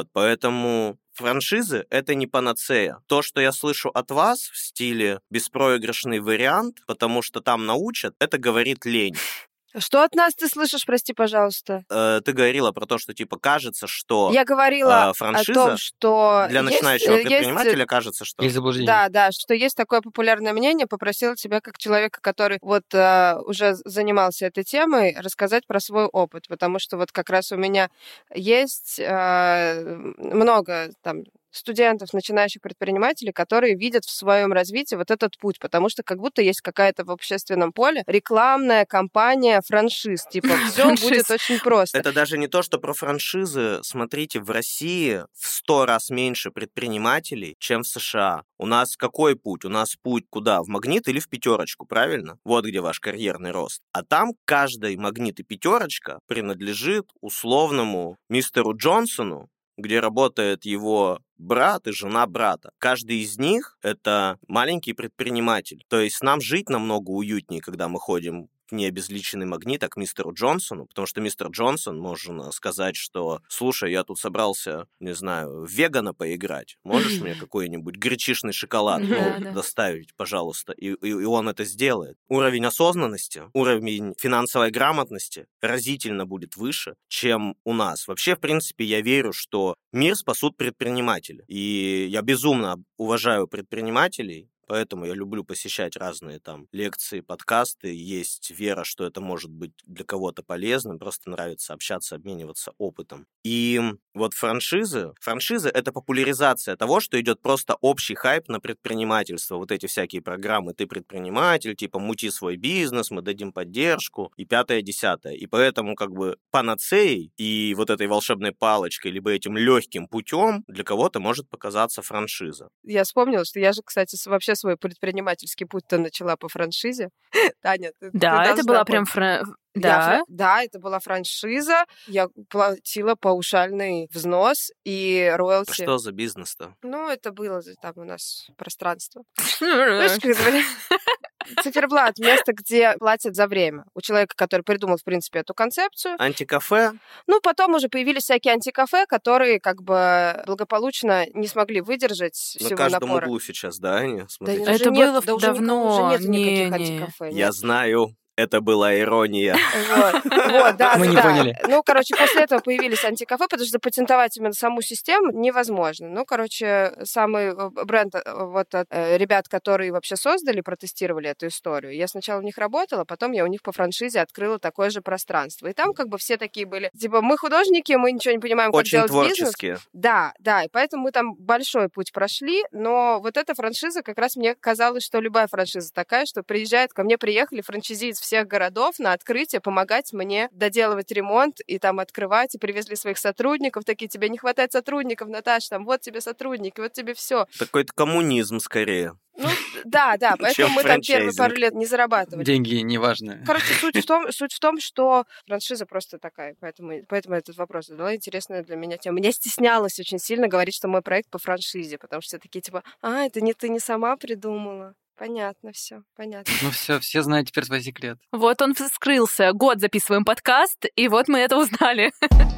Speaker 1: Поэтому франшизы — это не панацея. То, что я слышу от вас в стиле беспроигрышный вариант, потому что там научат, это говорит лень.
Speaker 3: Что от нас ты слышишь, прости, пожалуйста?
Speaker 1: Ты говорила про то, что кажется, что
Speaker 3: я говорила
Speaker 1: франшиза
Speaker 3: о том, что
Speaker 1: для начинающего предпринимателя кажется, что...
Speaker 4: Есть заблуждение.
Speaker 3: Да, что есть такое популярное мнение. Попросила тебя, как человека, который уже занимался этой темой, рассказать про свой опыт, потому что как раз у меня есть много студентов, начинающих предпринимателей, которые видят в своем развитии вот этот путь, потому что как будто есть какая-то в общественном поле рекламная кампания франшиз. Все будет очень просто.
Speaker 1: Это даже не то, что про франшизы. Смотрите, в России в 100 раз меньше предпринимателей, чем в США. У нас какой путь? У нас путь куда? В Магнит или в Пятерочку, правильно? Вот где ваш карьерный рост. А там каждый Магнит и Пятерочка принадлежит условному мистеру Джонсону, где работает его брат и жена брата. Каждый из них — это маленький предприниматель. То есть нам жить намного уютнее, когда мы ходим не обезличенный магнит, а к мистеру Джонсону, потому что мистер Джонсон, можно сказать, что, слушай, я тут собрался, не знаю, в вегана поиграть, можешь мне какой-нибудь гречишный шоколад доставить, пожалуйста, и он это сделает. Уровень осознанности, уровень финансовой грамотности разительно будет выше, чем у нас. Вообще, в принципе, я верю, что мир спасут предприниматели, и я безумно уважаю предпринимателей, поэтому я люблю посещать разные там лекции, подкасты. Есть вера, что это может быть для кого-то полезным, просто нравится общаться, обмениваться опытом. И вот франшизы — это популяризация того, что идет просто общий хайп на предпринимательство. Вот эти всякие программы «Ты предприниматель», типа «Мути свой бизнес», «Мы дадим поддержку» и 5-10. И поэтому как бы панацеей и вот этой волшебной палочкой, либо этим легким путем для кого-то может показаться франшиза.
Speaker 3: Я вспомнила, что я же, кстати, вообще свой предпринимательский путь-то начала по франшизе. Таня, ты
Speaker 2: это была прям
Speaker 3: Да, это была франшиза. Я платила паушальный взнос и роялти.
Speaker 1: Что за бизнес-то?
Speaker 3: Ну, это было там у нас пространство. Циферблат — место, где платят за время. У человека, который придумал, в принципе, эту концепцию.
Speaker 1: Антикафе?
Speaker 3: Ну, потом уже появились всякие антикафе, которые как бы благополучно не смогли выдержать всего напора.
Speaker 1: На каждом углу сейчас, да, они? Смотрите.
Speaker 2: Да, это было давно.
Speaker 3: Уже нет никаких антикафе.
Speaker 1: Я знаю. Это была ирония.
Speaker 3: Да.
Speaker 4: Мы не поняли.
Speaker 3: Ну, короче, после этого появились антикафе, потому что запатентовать именно саму систему невозможно. Ну, короче, самый бренд вот от ребят, которые вообще создали, протестировали эту историю. Я сначала у них работала, потом я у них по франшизе открыла такое же пространство. И там как бы все такие были, типа, мы художники, мы ничего не понимаем, как
Speaker 1: очень
Speaker 3: делать
Speaker 1: творческие.
Speaker 3: бизнес. Да, и поэтому мы там большой путь прошли, но вот эта франшиза, как раз мне казалось, что любая франшиза такая, что ко мне приехали франшизицы всех городов на открытие помогать мне доделывать ремонт и там открывать, и привезли своих сотрудников, такие: тебе не хватает сотрудников, Наташа, там вот тебе сотрудники, вот тебе все.
Speaker 1: Такой-то коммунизм скорее.
Speaker 3: Ну, да, поэтому мы там первые пару лет не зарабатывали.
Speaker 4: Деньги не важны.
Speaker 3: Короче, суть в том, что франшиза просто такая, поэтому этот вопрос задала. Интересная для меня тема. Меня стеснялось очень сильно говорить, что мой проект по франшизе, потому что все такие типа: это не ты не сама придумала. Понятно, все, понятно.
Speaker 4: Ну все знают теперь свой секрет.
Speaker 2: Вот он вскрылся. Год записываем подкаст, и вот мы это узнали.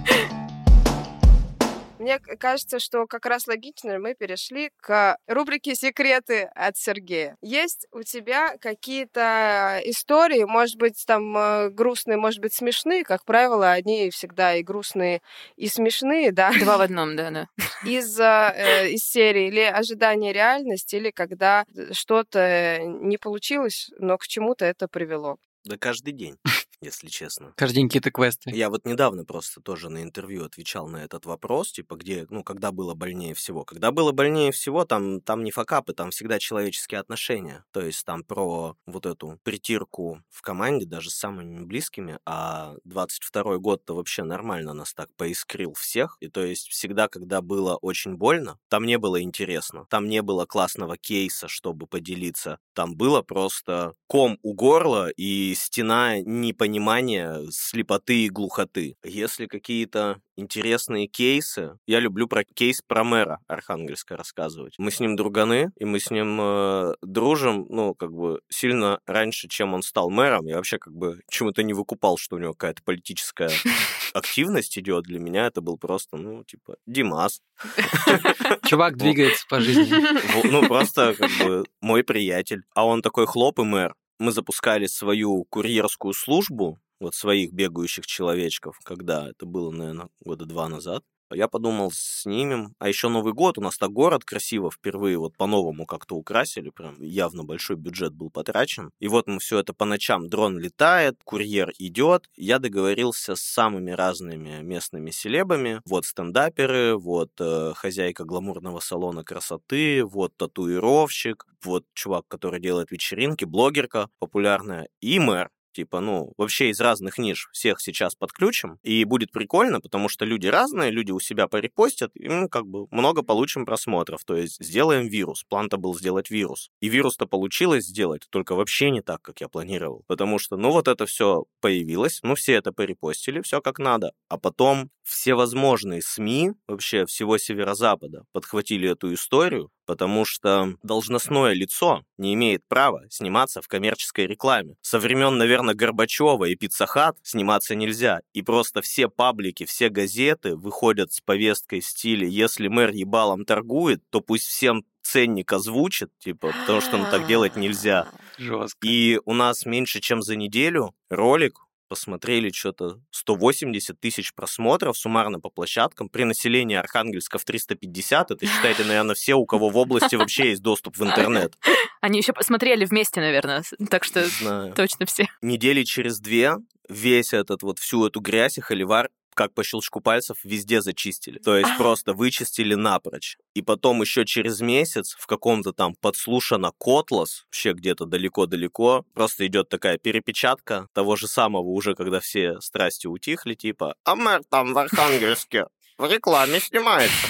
Speaker 3: Мне кажется, что как раз логично мы перешли к рубрике «Секреты от Сергея». Есть у тебя какие-то истории, может быть, там грустные, может быть, смешные? Как правило, они всегда и грустные, и смешные, да?
Speaker 2: 2 в 1, да.
Speaker 3: Из серии или ожидание реальности, или когда что-то не получилось, но к чему-то это привело.
Speaker 1: Да каждый день, если честно.
Speaker 4: Каждый день какие-то квесты.
Speaker 1: Я вот недавно просто тоже на интервью отвечал на этот вопрос, типа, когда было больнее всего. Когда было больнее всего, там не факапы, там всегда человеческие отношения. То есть там про вот эту притирку в команде, даже с самыми близкими, а 22-й год-то вообще нормально нас так поискрил всех. И то есть всегда, когда было очень больно, там не было интересно, там не было классного кейса, чтобы поделиться. Там было просто ком у горла и стена непонимания, слепоты и глухоты. Если какие-то интересные кейсы, я люблю кейс про мэра Архангельска рассказывать. Мы с ним друганы, и мы с ним дружим, сильно раньше, чем он стал мэром. Я вообще чему-то не выкупал, что у него какая-то политическая активность идет. Для меня это был просто, Димас.
Speaker 4: Чувак двигается по жизни.
Speaker 1: Просто мой приятель. А он такой хлоп и мэр. Мы запускали свою курьерскую службу, своих бегающих человечков, когда это было, наверное, 2 года назад. Я подумал, снимем. А еще Новый год. У нас так город красиво впервые по-новому как-то украсили. Прям явно большой бюджет был потрачен. И мы все это по ночам. Дрон летает, курьер идет. Я договорился с самыми разными местными селебами. Стендаперы, хозяйка гламурного салона красоты, татуировщик, чувак, который делает вечеринки, блогерка популярная и мэр. Вообще из разных ниш всех сейчас подключим, и будет прикольно, потому что люди разные, люди у себя порепостят, и много получим просмотров, то есть сделаем вирус. План-то был сделать вирус. И вирус-то получилось сделать, только вообще не так, как я планировал, потому что, это все появилось, все это порепостили, все как надо, а потом всевозможные СМИ вообще всего Северо-Запада подхватили эту историю, потому что должностное лицо не имеет права сниматься в коммерческой рекламе. Со времен, наверное, Горбачева и Пицца Хат сниматься нельзя. И просто все паблики, все газеты выходят с повесткой в стиле «если мэр ебалом торгует, то пусть всем ценник озвучит», типа, потому что так делать нельзя.
Speaker 4: Жестко.
Speaker 1: И у нас меньше, чем за неделю ролик посмотрели что-то 180 тысяч просмотров суммарно по площадкам. При населении Архангельска в 350. Это, считайте, наверное, все, у кого в области вообще есть доступ в интернет.
Speaker 2: Они еще посмотрели вместе, наверное, так что
Speaker 1: Знаю.
Speaker 2: точно все.
Speaker 1: Недели через 2 весь этот вот всю эту грязь и холивар как по щелчку пальцев везде зачистили. То есть просто вычистили напрочь. И потом еще через месяц в каком-то там подслушано Котлас, вообще где-то далеко-далеко, просто идет такая перепечатка того же самого уже, когда все страсти утихли, типа «А мэр там в Архангельске в рекламе снимается».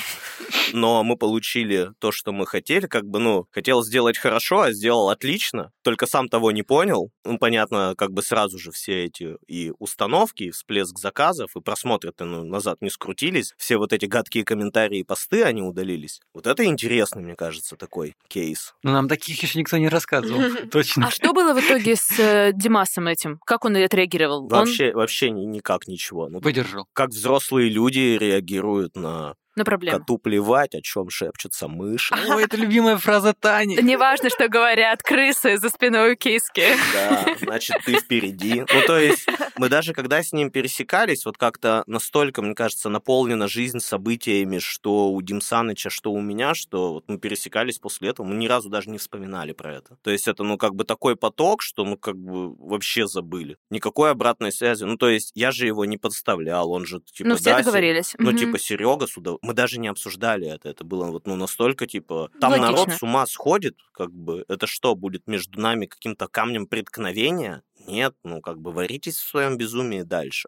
Speaker 1: Но мы получили то, что мы хотели, как бы, хотел сделать хорошо, а сделал отлично, только сам того не понял. Понятно, как бы сразу же все эти и установки, и всплеск заказов, и просмотры-то, назад не скрутились, все вот эти гадкие комментарии и посты, они удалились. Вот это интересный, мне кажется, такой кейс.
Speaker 4: Но нам таких еще никто не рассказывал, точно.
Speaker 2: А что было в итоге с Димасом этим? Как он отреагировал?
Speaker 1: Вообще никак ничего.
Speaker 4: Выдержал.
Speaker 1: Как взрослые люди реагируют на
Speaker 2: проблему.
Speaker 1: Коту плевать, о чем шепчутся мыши.
Speaker 4: Ой, это любимая фраза Тани.
Speaker 2: Неважно, что говорят крысы за спиной у киски.
Speaker 1: Да, значит, ты впереди. То есть мы даже когда с ним пересекались, вот как-то настолько, мне кажется, наполнена жизнь событиями, что у Димсаныча, что у меня, что вот мы пересекались после этого, мы ни разу даже не вспоминали про это. То есть это, такой поток, что, вообще забыли. Никакой обратной связи. То есть я же его не подставлял, он же, типа,
Speaker 2: все договорились.
Speaker 1: типа, Серега сюда. Мы даже не обсуждали это. Это было настолько, типа... Там
Speaker 2: логично.
Speaker 1: Народ с ума сходит, как бы. Это что, будет между нами каким-то камнем преткновения? Нет, варитесь в своем безумии дальше.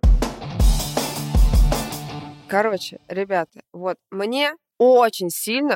Speaker 3: Короче, ребята, вот мне очень сильно,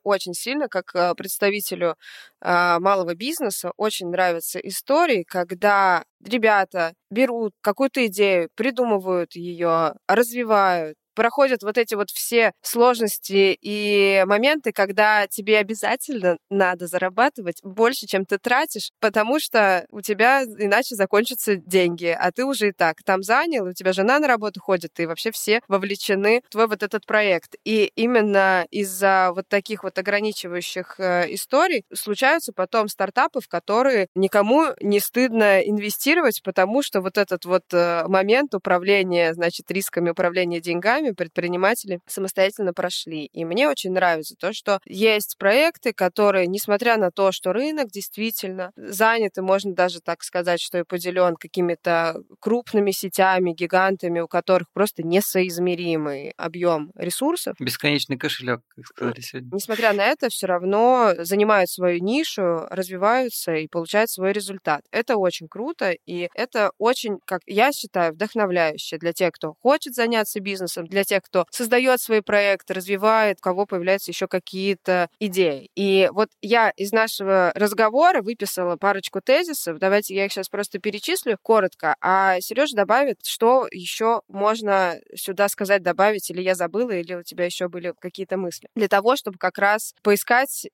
Speaker 3: как представителю малого бизнеса, очень нравятся истории, когда ребята берут какую-то идею, придумывают ее, развивают, проходят вот эти вот все сложности и моменты, когда тебе обязательно надо зарабатывать больше, чем ты тратишь, потому что у тебя иначе закончатся деньги, а ты уже и так там занял, у тебя жена на работу ходит, и вообще все вовлечены в твой вот этот проект. И именно из-за вот таких вот ограничивающих историй случаются потом стартапы, в которые никому не стыдно инвестировать, потому что вот этот вот момент управления, рисками управления деньгами предприниматели самостоятельно прошли. И мне очень нравится то, что есть проекты, которые, несмотря на то, что рынок действительно занят, и можно даже так сказать, что и поделен какими-то крупными сетями, гигантами, у которых просто несоизмеримый объем ресурсов.
Speaker 4: Бесконечный кошелек, как сказали сегодня.
Speaker 3: Несмотря на это, все равно занимают свою нишу, развиваются и получают свой результат. Это очень круто, и это очень, как я считаю, вдохновляюще для тех, кто хочет заняться бизнесом, для тех, кто создает свои проекты, развивает, у кого появляются еще какие-то идеи. И вот я из нашего разговора выписала парочку тезисов. Давайте я их сейчас просто перечислю коротко, а Сережа добавит, что еще можно сюда сказать, добавить, или я забыла, или у тебя еще были какие-то мысли. Для того, чтобы как раз поискать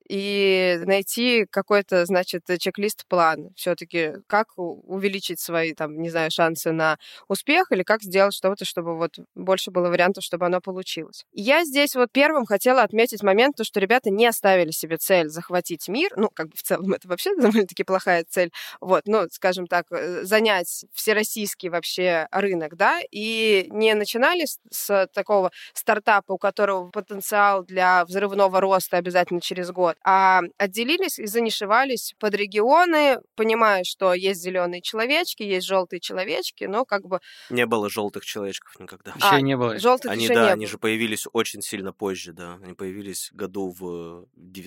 Speaker 3: и найти какой-то, чек-лист-план. Все-таки как увеличить свои, шансы на успех, или как сделать что-то, чтобы вот больше было вариантов, чтобы оно получилось. И я здесь вот первым хотела отметить момент, то, что ребята не ставили себе цель захватить мир, в целом это вообще довольно-таки плохая цель, скажем так, занять всероссийский вообще рынок, да, и не начинали с такого стартапа, у которого потенциал для взрывного роста обязательно через год, а отделились и занишевались под регионы, понимая, что есть зеленые человечки, есть желтые человечки, но
Speaker 1: Не было желтых человечков никогда.
Speaker 4: Еще не было.
Speaker 1: Они же появились очень сильно позже, да. Они появились году в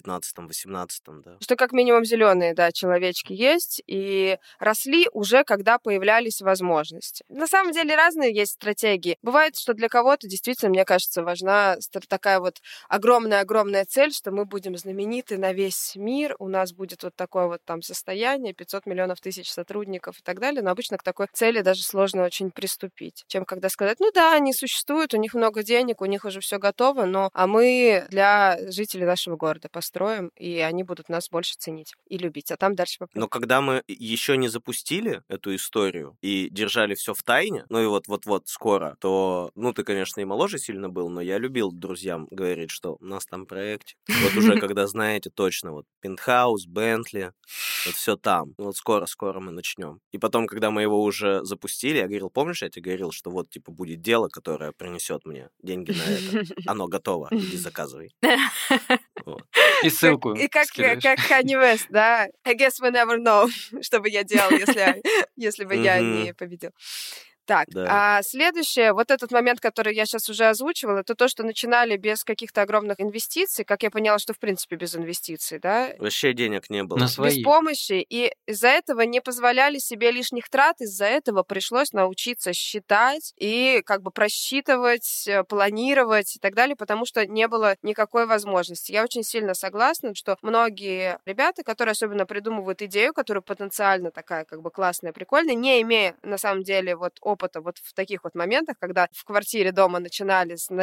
Speaker 1: 19-18, да.
Speaker 3: Что как минимум зеленые, да, человечки есть, и росли уже, когда появлялись возможности. На самом деле разные есть стратегии. Бывает, что для кого-то действительно, мне кажется, важна такая вот огромная-огромная цель, что мы будем знамениты на весь мир, у нас будет вот такое вот там состояние, 500 миллионов тысяч сотрудников и так далее, но обычно к такой цели даже сложно очень приступить, чем когда сказать, они существуют, у них много денег, у них уже все готово, а мы для жителей нашего города построим, и они будут нас больше ценить и любить. А там дальше попробуем.
Speaker 1: Но когда мы еще не запустили эту историю и держали все в тайне, ну и вот скоро, то, ты, конечно, и моложе сильно был, но я любил друзьям говорить, что у нас там проект. Вот уже когда знаете точно, вот пентхаус, Бентли, вот все там. Вот скоро мы начнем. И потом, когда мы его уже запустили, я говорил, помнишь, я тебе говорил, что вот, типа, будет дело, которое принесет мне деньги на это. Оно готово, иди заказывай. Вот.
Speaker 4: И ссылку.
Speaker 3: И как Kanye West, да? I guess we never know, что бы я делал, если бы я не победил. Так,
Speaker 1: Да.
Speaker 3: а следующее, вот этот момент, который я сейчас уже озвучивала, это то, что начинали без каких-то огромных инвестиций, как я поняла, что в принципе без инвестиций, да?
Speaker 1: Вообще денег не было.
Speaker 4: На свои.
Speaker 3: Без помощи, и из-за этого не позволяли себе лишних трат, из-за этого пришлось научиться считать и как бы просчитывать, планировать и так далее, потому что не было никакой возможности. Я очень сильно согласна, что многие ребята, которые особенно придумывают идею, которая потенциально такая как бы классная, прикольная, не имея на самом деле вот опыта вот в таких вот моментах, когда в квартире дома начинали с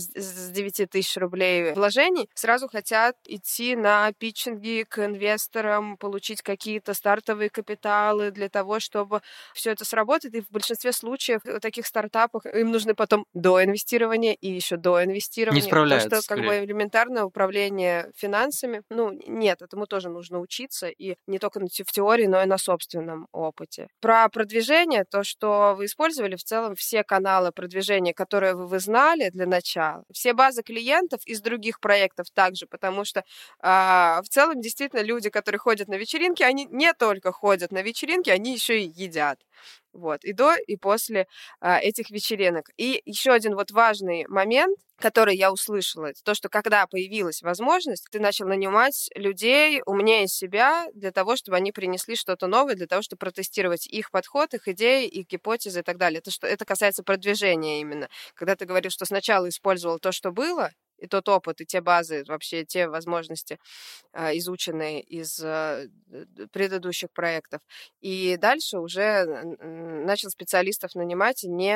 Speaker 3: 9 тысяч рублей вложений, сразу хотят идти на питчинги к инвесторам, получить какие-то стартовые капиталы для того, чтобы все это сработать. И в большинстве случаев в таких стартапах им нужны потом доинвестирования и еще доинвестирования.
Speaker 4: Не справляются,
Speaker 3: Потому что как бы
Speaker 4: скорее.
Speaker 3: элементарное управление финансами, нет, этому тоже нужно учиться, и не только в теории, но и на собственном опыте. Про продвижение, то, что вы использовали, в целом все каналы продвижения, которые вы знали для начала, все базы клиентов из других проектов также, потому что в целом действительно люди, которые ходят на вечеринки, они не только ходят на вечеринки, они еще и едят. Вот, и до, и после этих вечеринок. И еще один вот важный момент, который я услышала, это то, что когда появилась возможность, ты начал нанимать людей умнее себя для того, чтобы они принесли что-то новое, для того, чтобы протестировать их подход, их идеи, их гипотезы и так далее. Это касается продвижения именно. Когда ты говоришь, что сначала использовал то, что было, и тот опыт, и те базы, вообще те возможности, изученные из предыдущих проектов. И дальше уже начал специалистов нанимать и не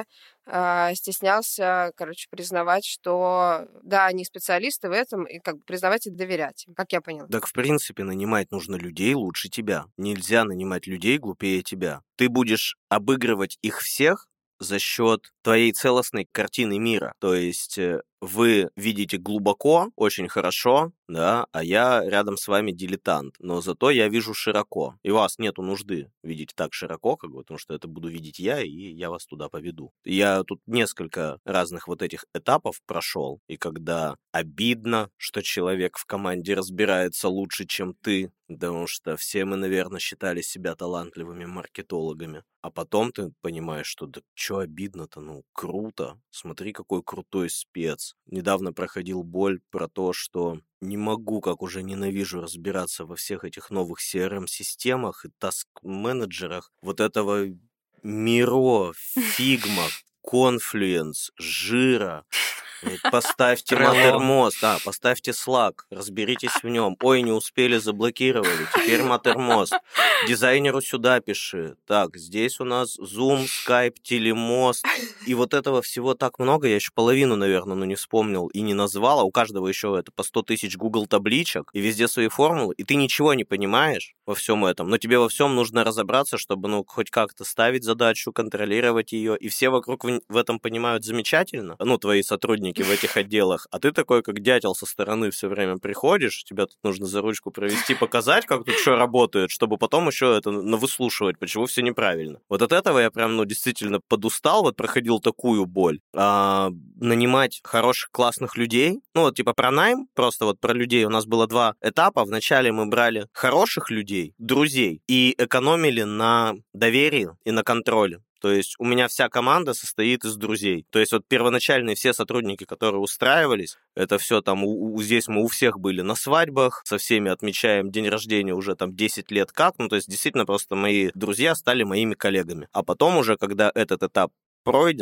Speaker 3: стеснялся, признавать, что да, они специалисты в этом, и как бы признавать и доверять им, как я поняла.
Speaker 1: Так, в принципе, нанимать нужно людей лучше тебя. Нельзя нанимать людей глупее тебя. Ты будешь обыгрывать их всех за счет твоей целостной картины мира. То есть вы видите глубоко, очень хорошо, да, а я рядом с вами дилетант, но зато я вижу широко. И у вас нету нужды видеть так широко, потому что это буду видеть я, и я вас туда поведу. Я тут несколько разных вот этих этапов прошел, и когда обидно, что человек в команде разбирается лучше, чем ты, потому что все мы, наверное, считали себя талантливыми маркетологами. А потом ты понимаешь, что да что обидно-то, круто, смотри, какой крутой спец. Недавно проходил боль про то, что не могу, как уже ненавижу разбираться во всех этих новых CRM-системах и таск-менеджерах. Вот этого Miro, Figma, Confluence, Jira. Поставьте Mattermost, поставьте Slack, разберитесь в нем. Ой, не успели, заблокировали. Теперь Mattermost. Дизайнеру сюда пиши. Так, здесь у нас Zoom, Skype, Telemost. И вот этого всего так много. Я еще половину, наверное, не вспомнил и не назвал. А у каждого еще это по 100 тысяч Google табличек. И везде свои формулы. И ты ничего не понимаешь во всем этом. Но тебе во всем нужно разобраться, чтобы, хоть как-то ставить задачу, контролировать ее. И все вокруг в этом понимают замечательно. Твои сотрудники в этих отделах, а ты такой, как дятел со стороны все время приходишь, тебя тут нужно за ручку провести, показать, как тут что работает, чтобы потом еще это навыслушивать, почему все неправильно. Вот от этого я прям, действительно подустал, проходил такую боль. Нанимать хороших, классных людей, про найм, просто про людей у нас было 2 этапа. Вначале мы брали хороших людей, друзей, и экономили на доверии и на контроле. То есть у меня вся команда состоит из друзей. То есть первоначальные все сотрудники, которые устраивались, это все там, здесь мы у всех были на свадьбах, со всеми отмечаем день рождения уже 10 лет как. То есть действительно просто мои друзья стали моими коллегами. А потом уже, когда этот этап пройден,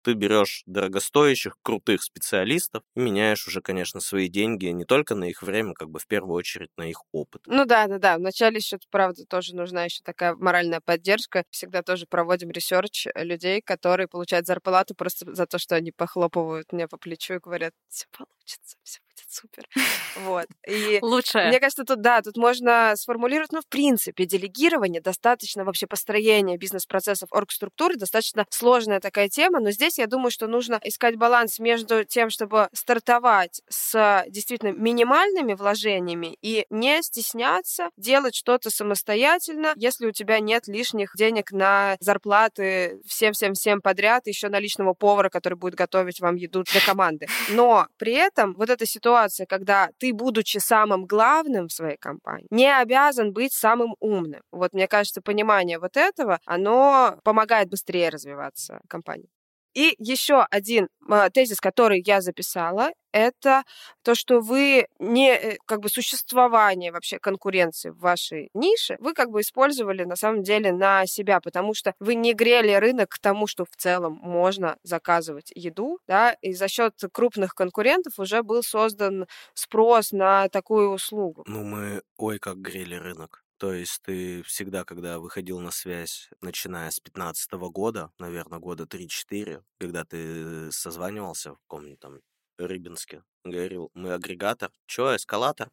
Speaker 1: ты берешь дорогостоящих, крутых специалистов и меняешь уже, конечно, свои деньги не только на их время, как бы в первую очередь на их опыт.
Speaker 3: Ну да. Вначале еще, правда, тоже нужна еще такая моральная поддержка. Всегда тоже проводим ресерч людей, которые получают зарплату просто за то, что они похлопывают меня по плечу и говорят: все получится, все будет супер. Вот. И
Speaker 2: Лучше.
Speaker 3: мне кажется, тут можно сформулировать, в принципе, делегирование достаточно, вообще построение бизнес-процессов, оргструктуры достаточно сложная такая тема, но здесь я думаю, что нужно искать баланс между тем, чтобы стартовать с действительно минимальными вложениями и не стесняться делать что-то самостоятельно, если у тебя нет лишних денег на зарплаты всем подряд, еще на личного повара, который будет готовить вам еду для команды. Но при этом вот эта ситуация, когда ты, будучи самым главным в своей компании, не обязан быть самым умным. Вот, мне кажется, понимание вот этого, оно помогает быстрее развиваться компании. И еще один тезис, который я записала, это то, что вы не существование вообще конкуренции в вашей нише, вы использовали на самом деле на себя, потому что вы не грели рынок к тому, что в целом можно заказывать еду, да, и за счет крупных конкурентов уже был создан спрос на такую услугу.
Speaker 1: Мы как грели рынок. То есть ты всегда, когда выходил на связь, начиная с 2015 года, наверное, года 3-4, когда ты созванивался в каком-нибудь там Рыбинске, говорил: мы агрегатор. Чё, эскалатор?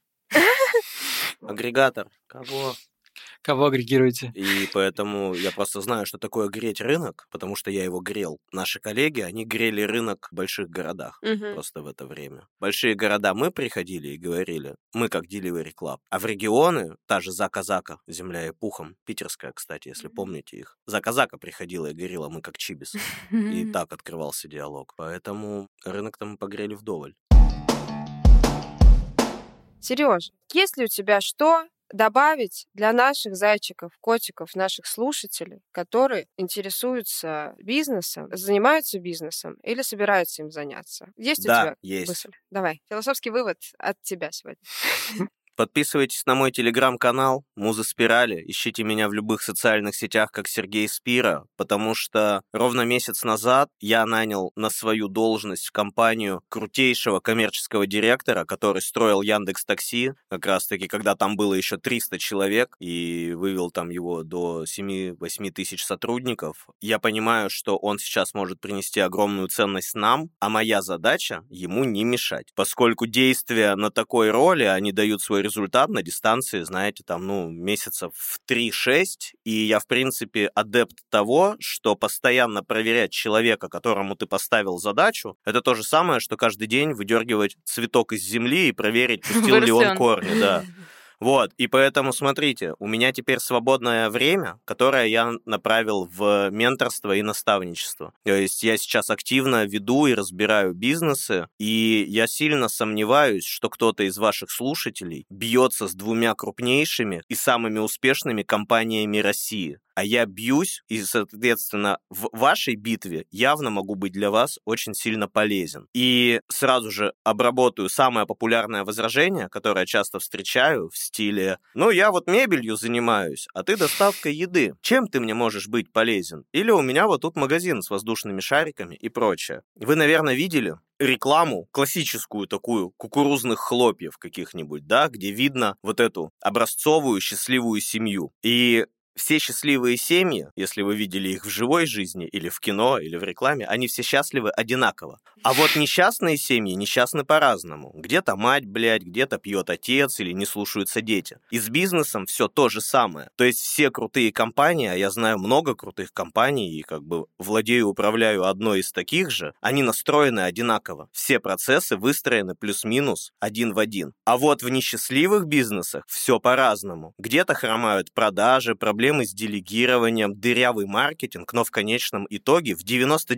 Speaker 1: Агрегатор. Кого?
Speaker 4: Кого агрегируете?
Speaker 1: И поэтому я просто знаю, что такое греть рынок, потому что я его грел. Наши коллеги, они грели рынок в больших городах просто в это время. В большие города мы приходили и говорили: мы как Delivery Club. А в регионы, та же Зака-Зака, земля и пухом, питерская, кстати, если помните их, Зака-Зака приходила и говорила: мы как Чибис. И так открывался диалог. Поэтому рынок-то мы погрели вдоволь.
Speaker 3: Серёж, есть ли у тебя что добавить для наших зайчиков, котиков, наших слушателей, которые интересуются бизнесом, занимаются бизнесом или собираются им заняться? Есть у тебя мысль? Давай, философский вывод от тебя сегодня.
Speaker 1: Подписывайтесь на мой телеграм-канал «Музы Спирали», ищите меня в любых социальных сетях как Сергей Спира, потому что ровно месяц назад я нанял на свою должность в компанию крутейшего коммерческого директора, который строил Яндекс.Такси, как раз-таки, когда там было еще 300 человек, и вывел там его до 7-8 тысяч сотрудников. Я понимаю, что он сейчас может принести огромную ценность нам, а моя задача — ему не мешать, поскольку действия на такой роли, они дают свой результат на дистанции, знаете, месяцев в 3-6, и я, в принципе, адепт того, что постоянно проверять человека, которому ты поставил задачу, это то же самое, что каждый день выдергивать цветок из земли и проверить, пустил ли он корни, да. Вот, и поэтому, смотрите, у меня теперь свободное время, которое я направил в менторство и наставничество. То есть я сейчас активно веду и разбираю бизнесы, и я сильно сомневаюсь, что кто-то из ваших слушателей бьется с 2 крупнейшими и самыми успешными компаниями России. А я бьюсь, и, соответственно, в вашей битве явно могу быть для вас очень сильно полезен. И сразу же обработаю самое популярное возражение, которое часто встречаю в стиле: я вот мебелью занимаюсь, а ты доставкой еды. Чем ты мне можешь быть полезен? Или у меня вот тут магазин с воздушными шариками и прочее. Вы, наверное, видели рекламу, классическую такую, кукурузных хлопьев каких-нибудь, да, где видно вот эту образцовую счастливую семью. И все счастливые семьи, если вы видели их в живой жизни, или в кино, или в рекламе, они все счастливы одинаково. А вот несчастные семьи несчастны по-разному. Где-то мать, где-то пьет отец, или не слушаются дети. И с бизнесом все то же самое. То есть все крутые компании, а я знаю много крутых компаний, и владею, управляю одной из таких же, они настроены одинаково. Все процессы выстроены плюс-минус один в один. А вот в несчастливых бизнесах все по-разному. Где-то хромают продажи, проблемы с делегированием, дырявый маркетинг, но в конечном итоге в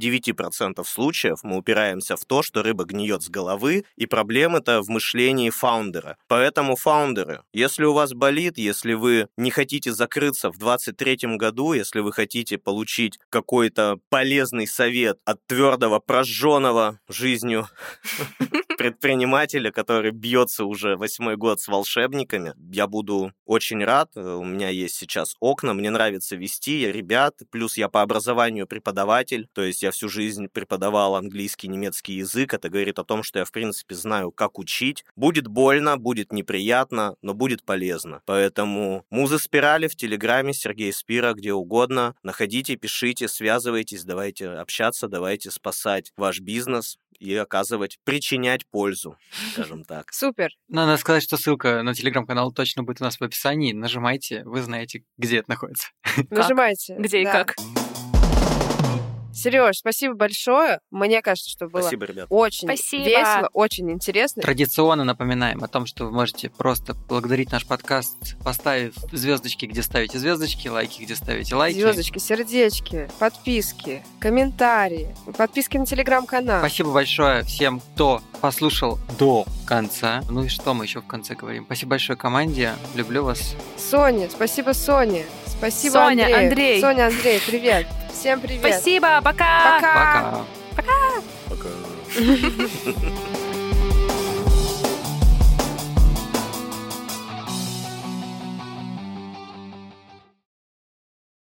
Speaker 1: 99% случаев мы упираемся в то, что рыба гниет с головы, и проблема-то в мышлении фаундера. Поэтому, фаундеры, если у вас болит, если вы не хотите закрыться в 2023 году, если вы хотите получить какой-то полезный совет от твердого, прожженного жизнью предпринимателя, который бьется уже 8-й год с волшебниками, я буду очень рад. У меня есть сейчас окна, мне нравится вести, я ребят, плюс я по образованию преподаватель, то есть я всю жизнь преподавал английский, немецкий язык, это говорит о том, что я, в принципе, знаю, как учить. Будет больно, будет неприятно, но будет полезно. Поэтому Музы Спирали в Телеграме, Сергей Спира, где угодно. Находите, пишите, связывайтесь, давайте общаться, давайте спасать ваш бизнес и причинять пользу, скажем так.
Speaker 3: Супер.
Speaker 4: Надо сказать, что ссылка на телеграм-канал точно будет у нас в описании. Нажимайте, вы знаете, где это находится.
Speaker 3: Нажимайте.
Speaker 2: Где и как.
Speaker 3: Сереж, спасибо большое. Мне кажется, что было очень весело, очень интересно.
Speaker 4: Традиционно напоминаем о том, что вы можете просто благодарить наш подкаст, поставив звездочки, где ставите звездочки, лайки, где ставите лайки.
Speaker 3: Звездочки, сердечки, подписки, комментарии, подписки на телеграм-канал.
Speaker 4: Спасибо большое всем, кто послушал до конца. Ну и что мы еще в конце говорим? Спасибо большое команде. Люблю вас.
Speaker 3: Соня, спасибо, Соня. Спасибо,
Speaker 2: Соня, Андрей.
Speaker 3: Соня, Андрей, привет. Всем привет.
Speaker 2: Спасибо, пока.
Speaker 3: Пока.
Speaker 2: Пока.
Speaker 1: Пока.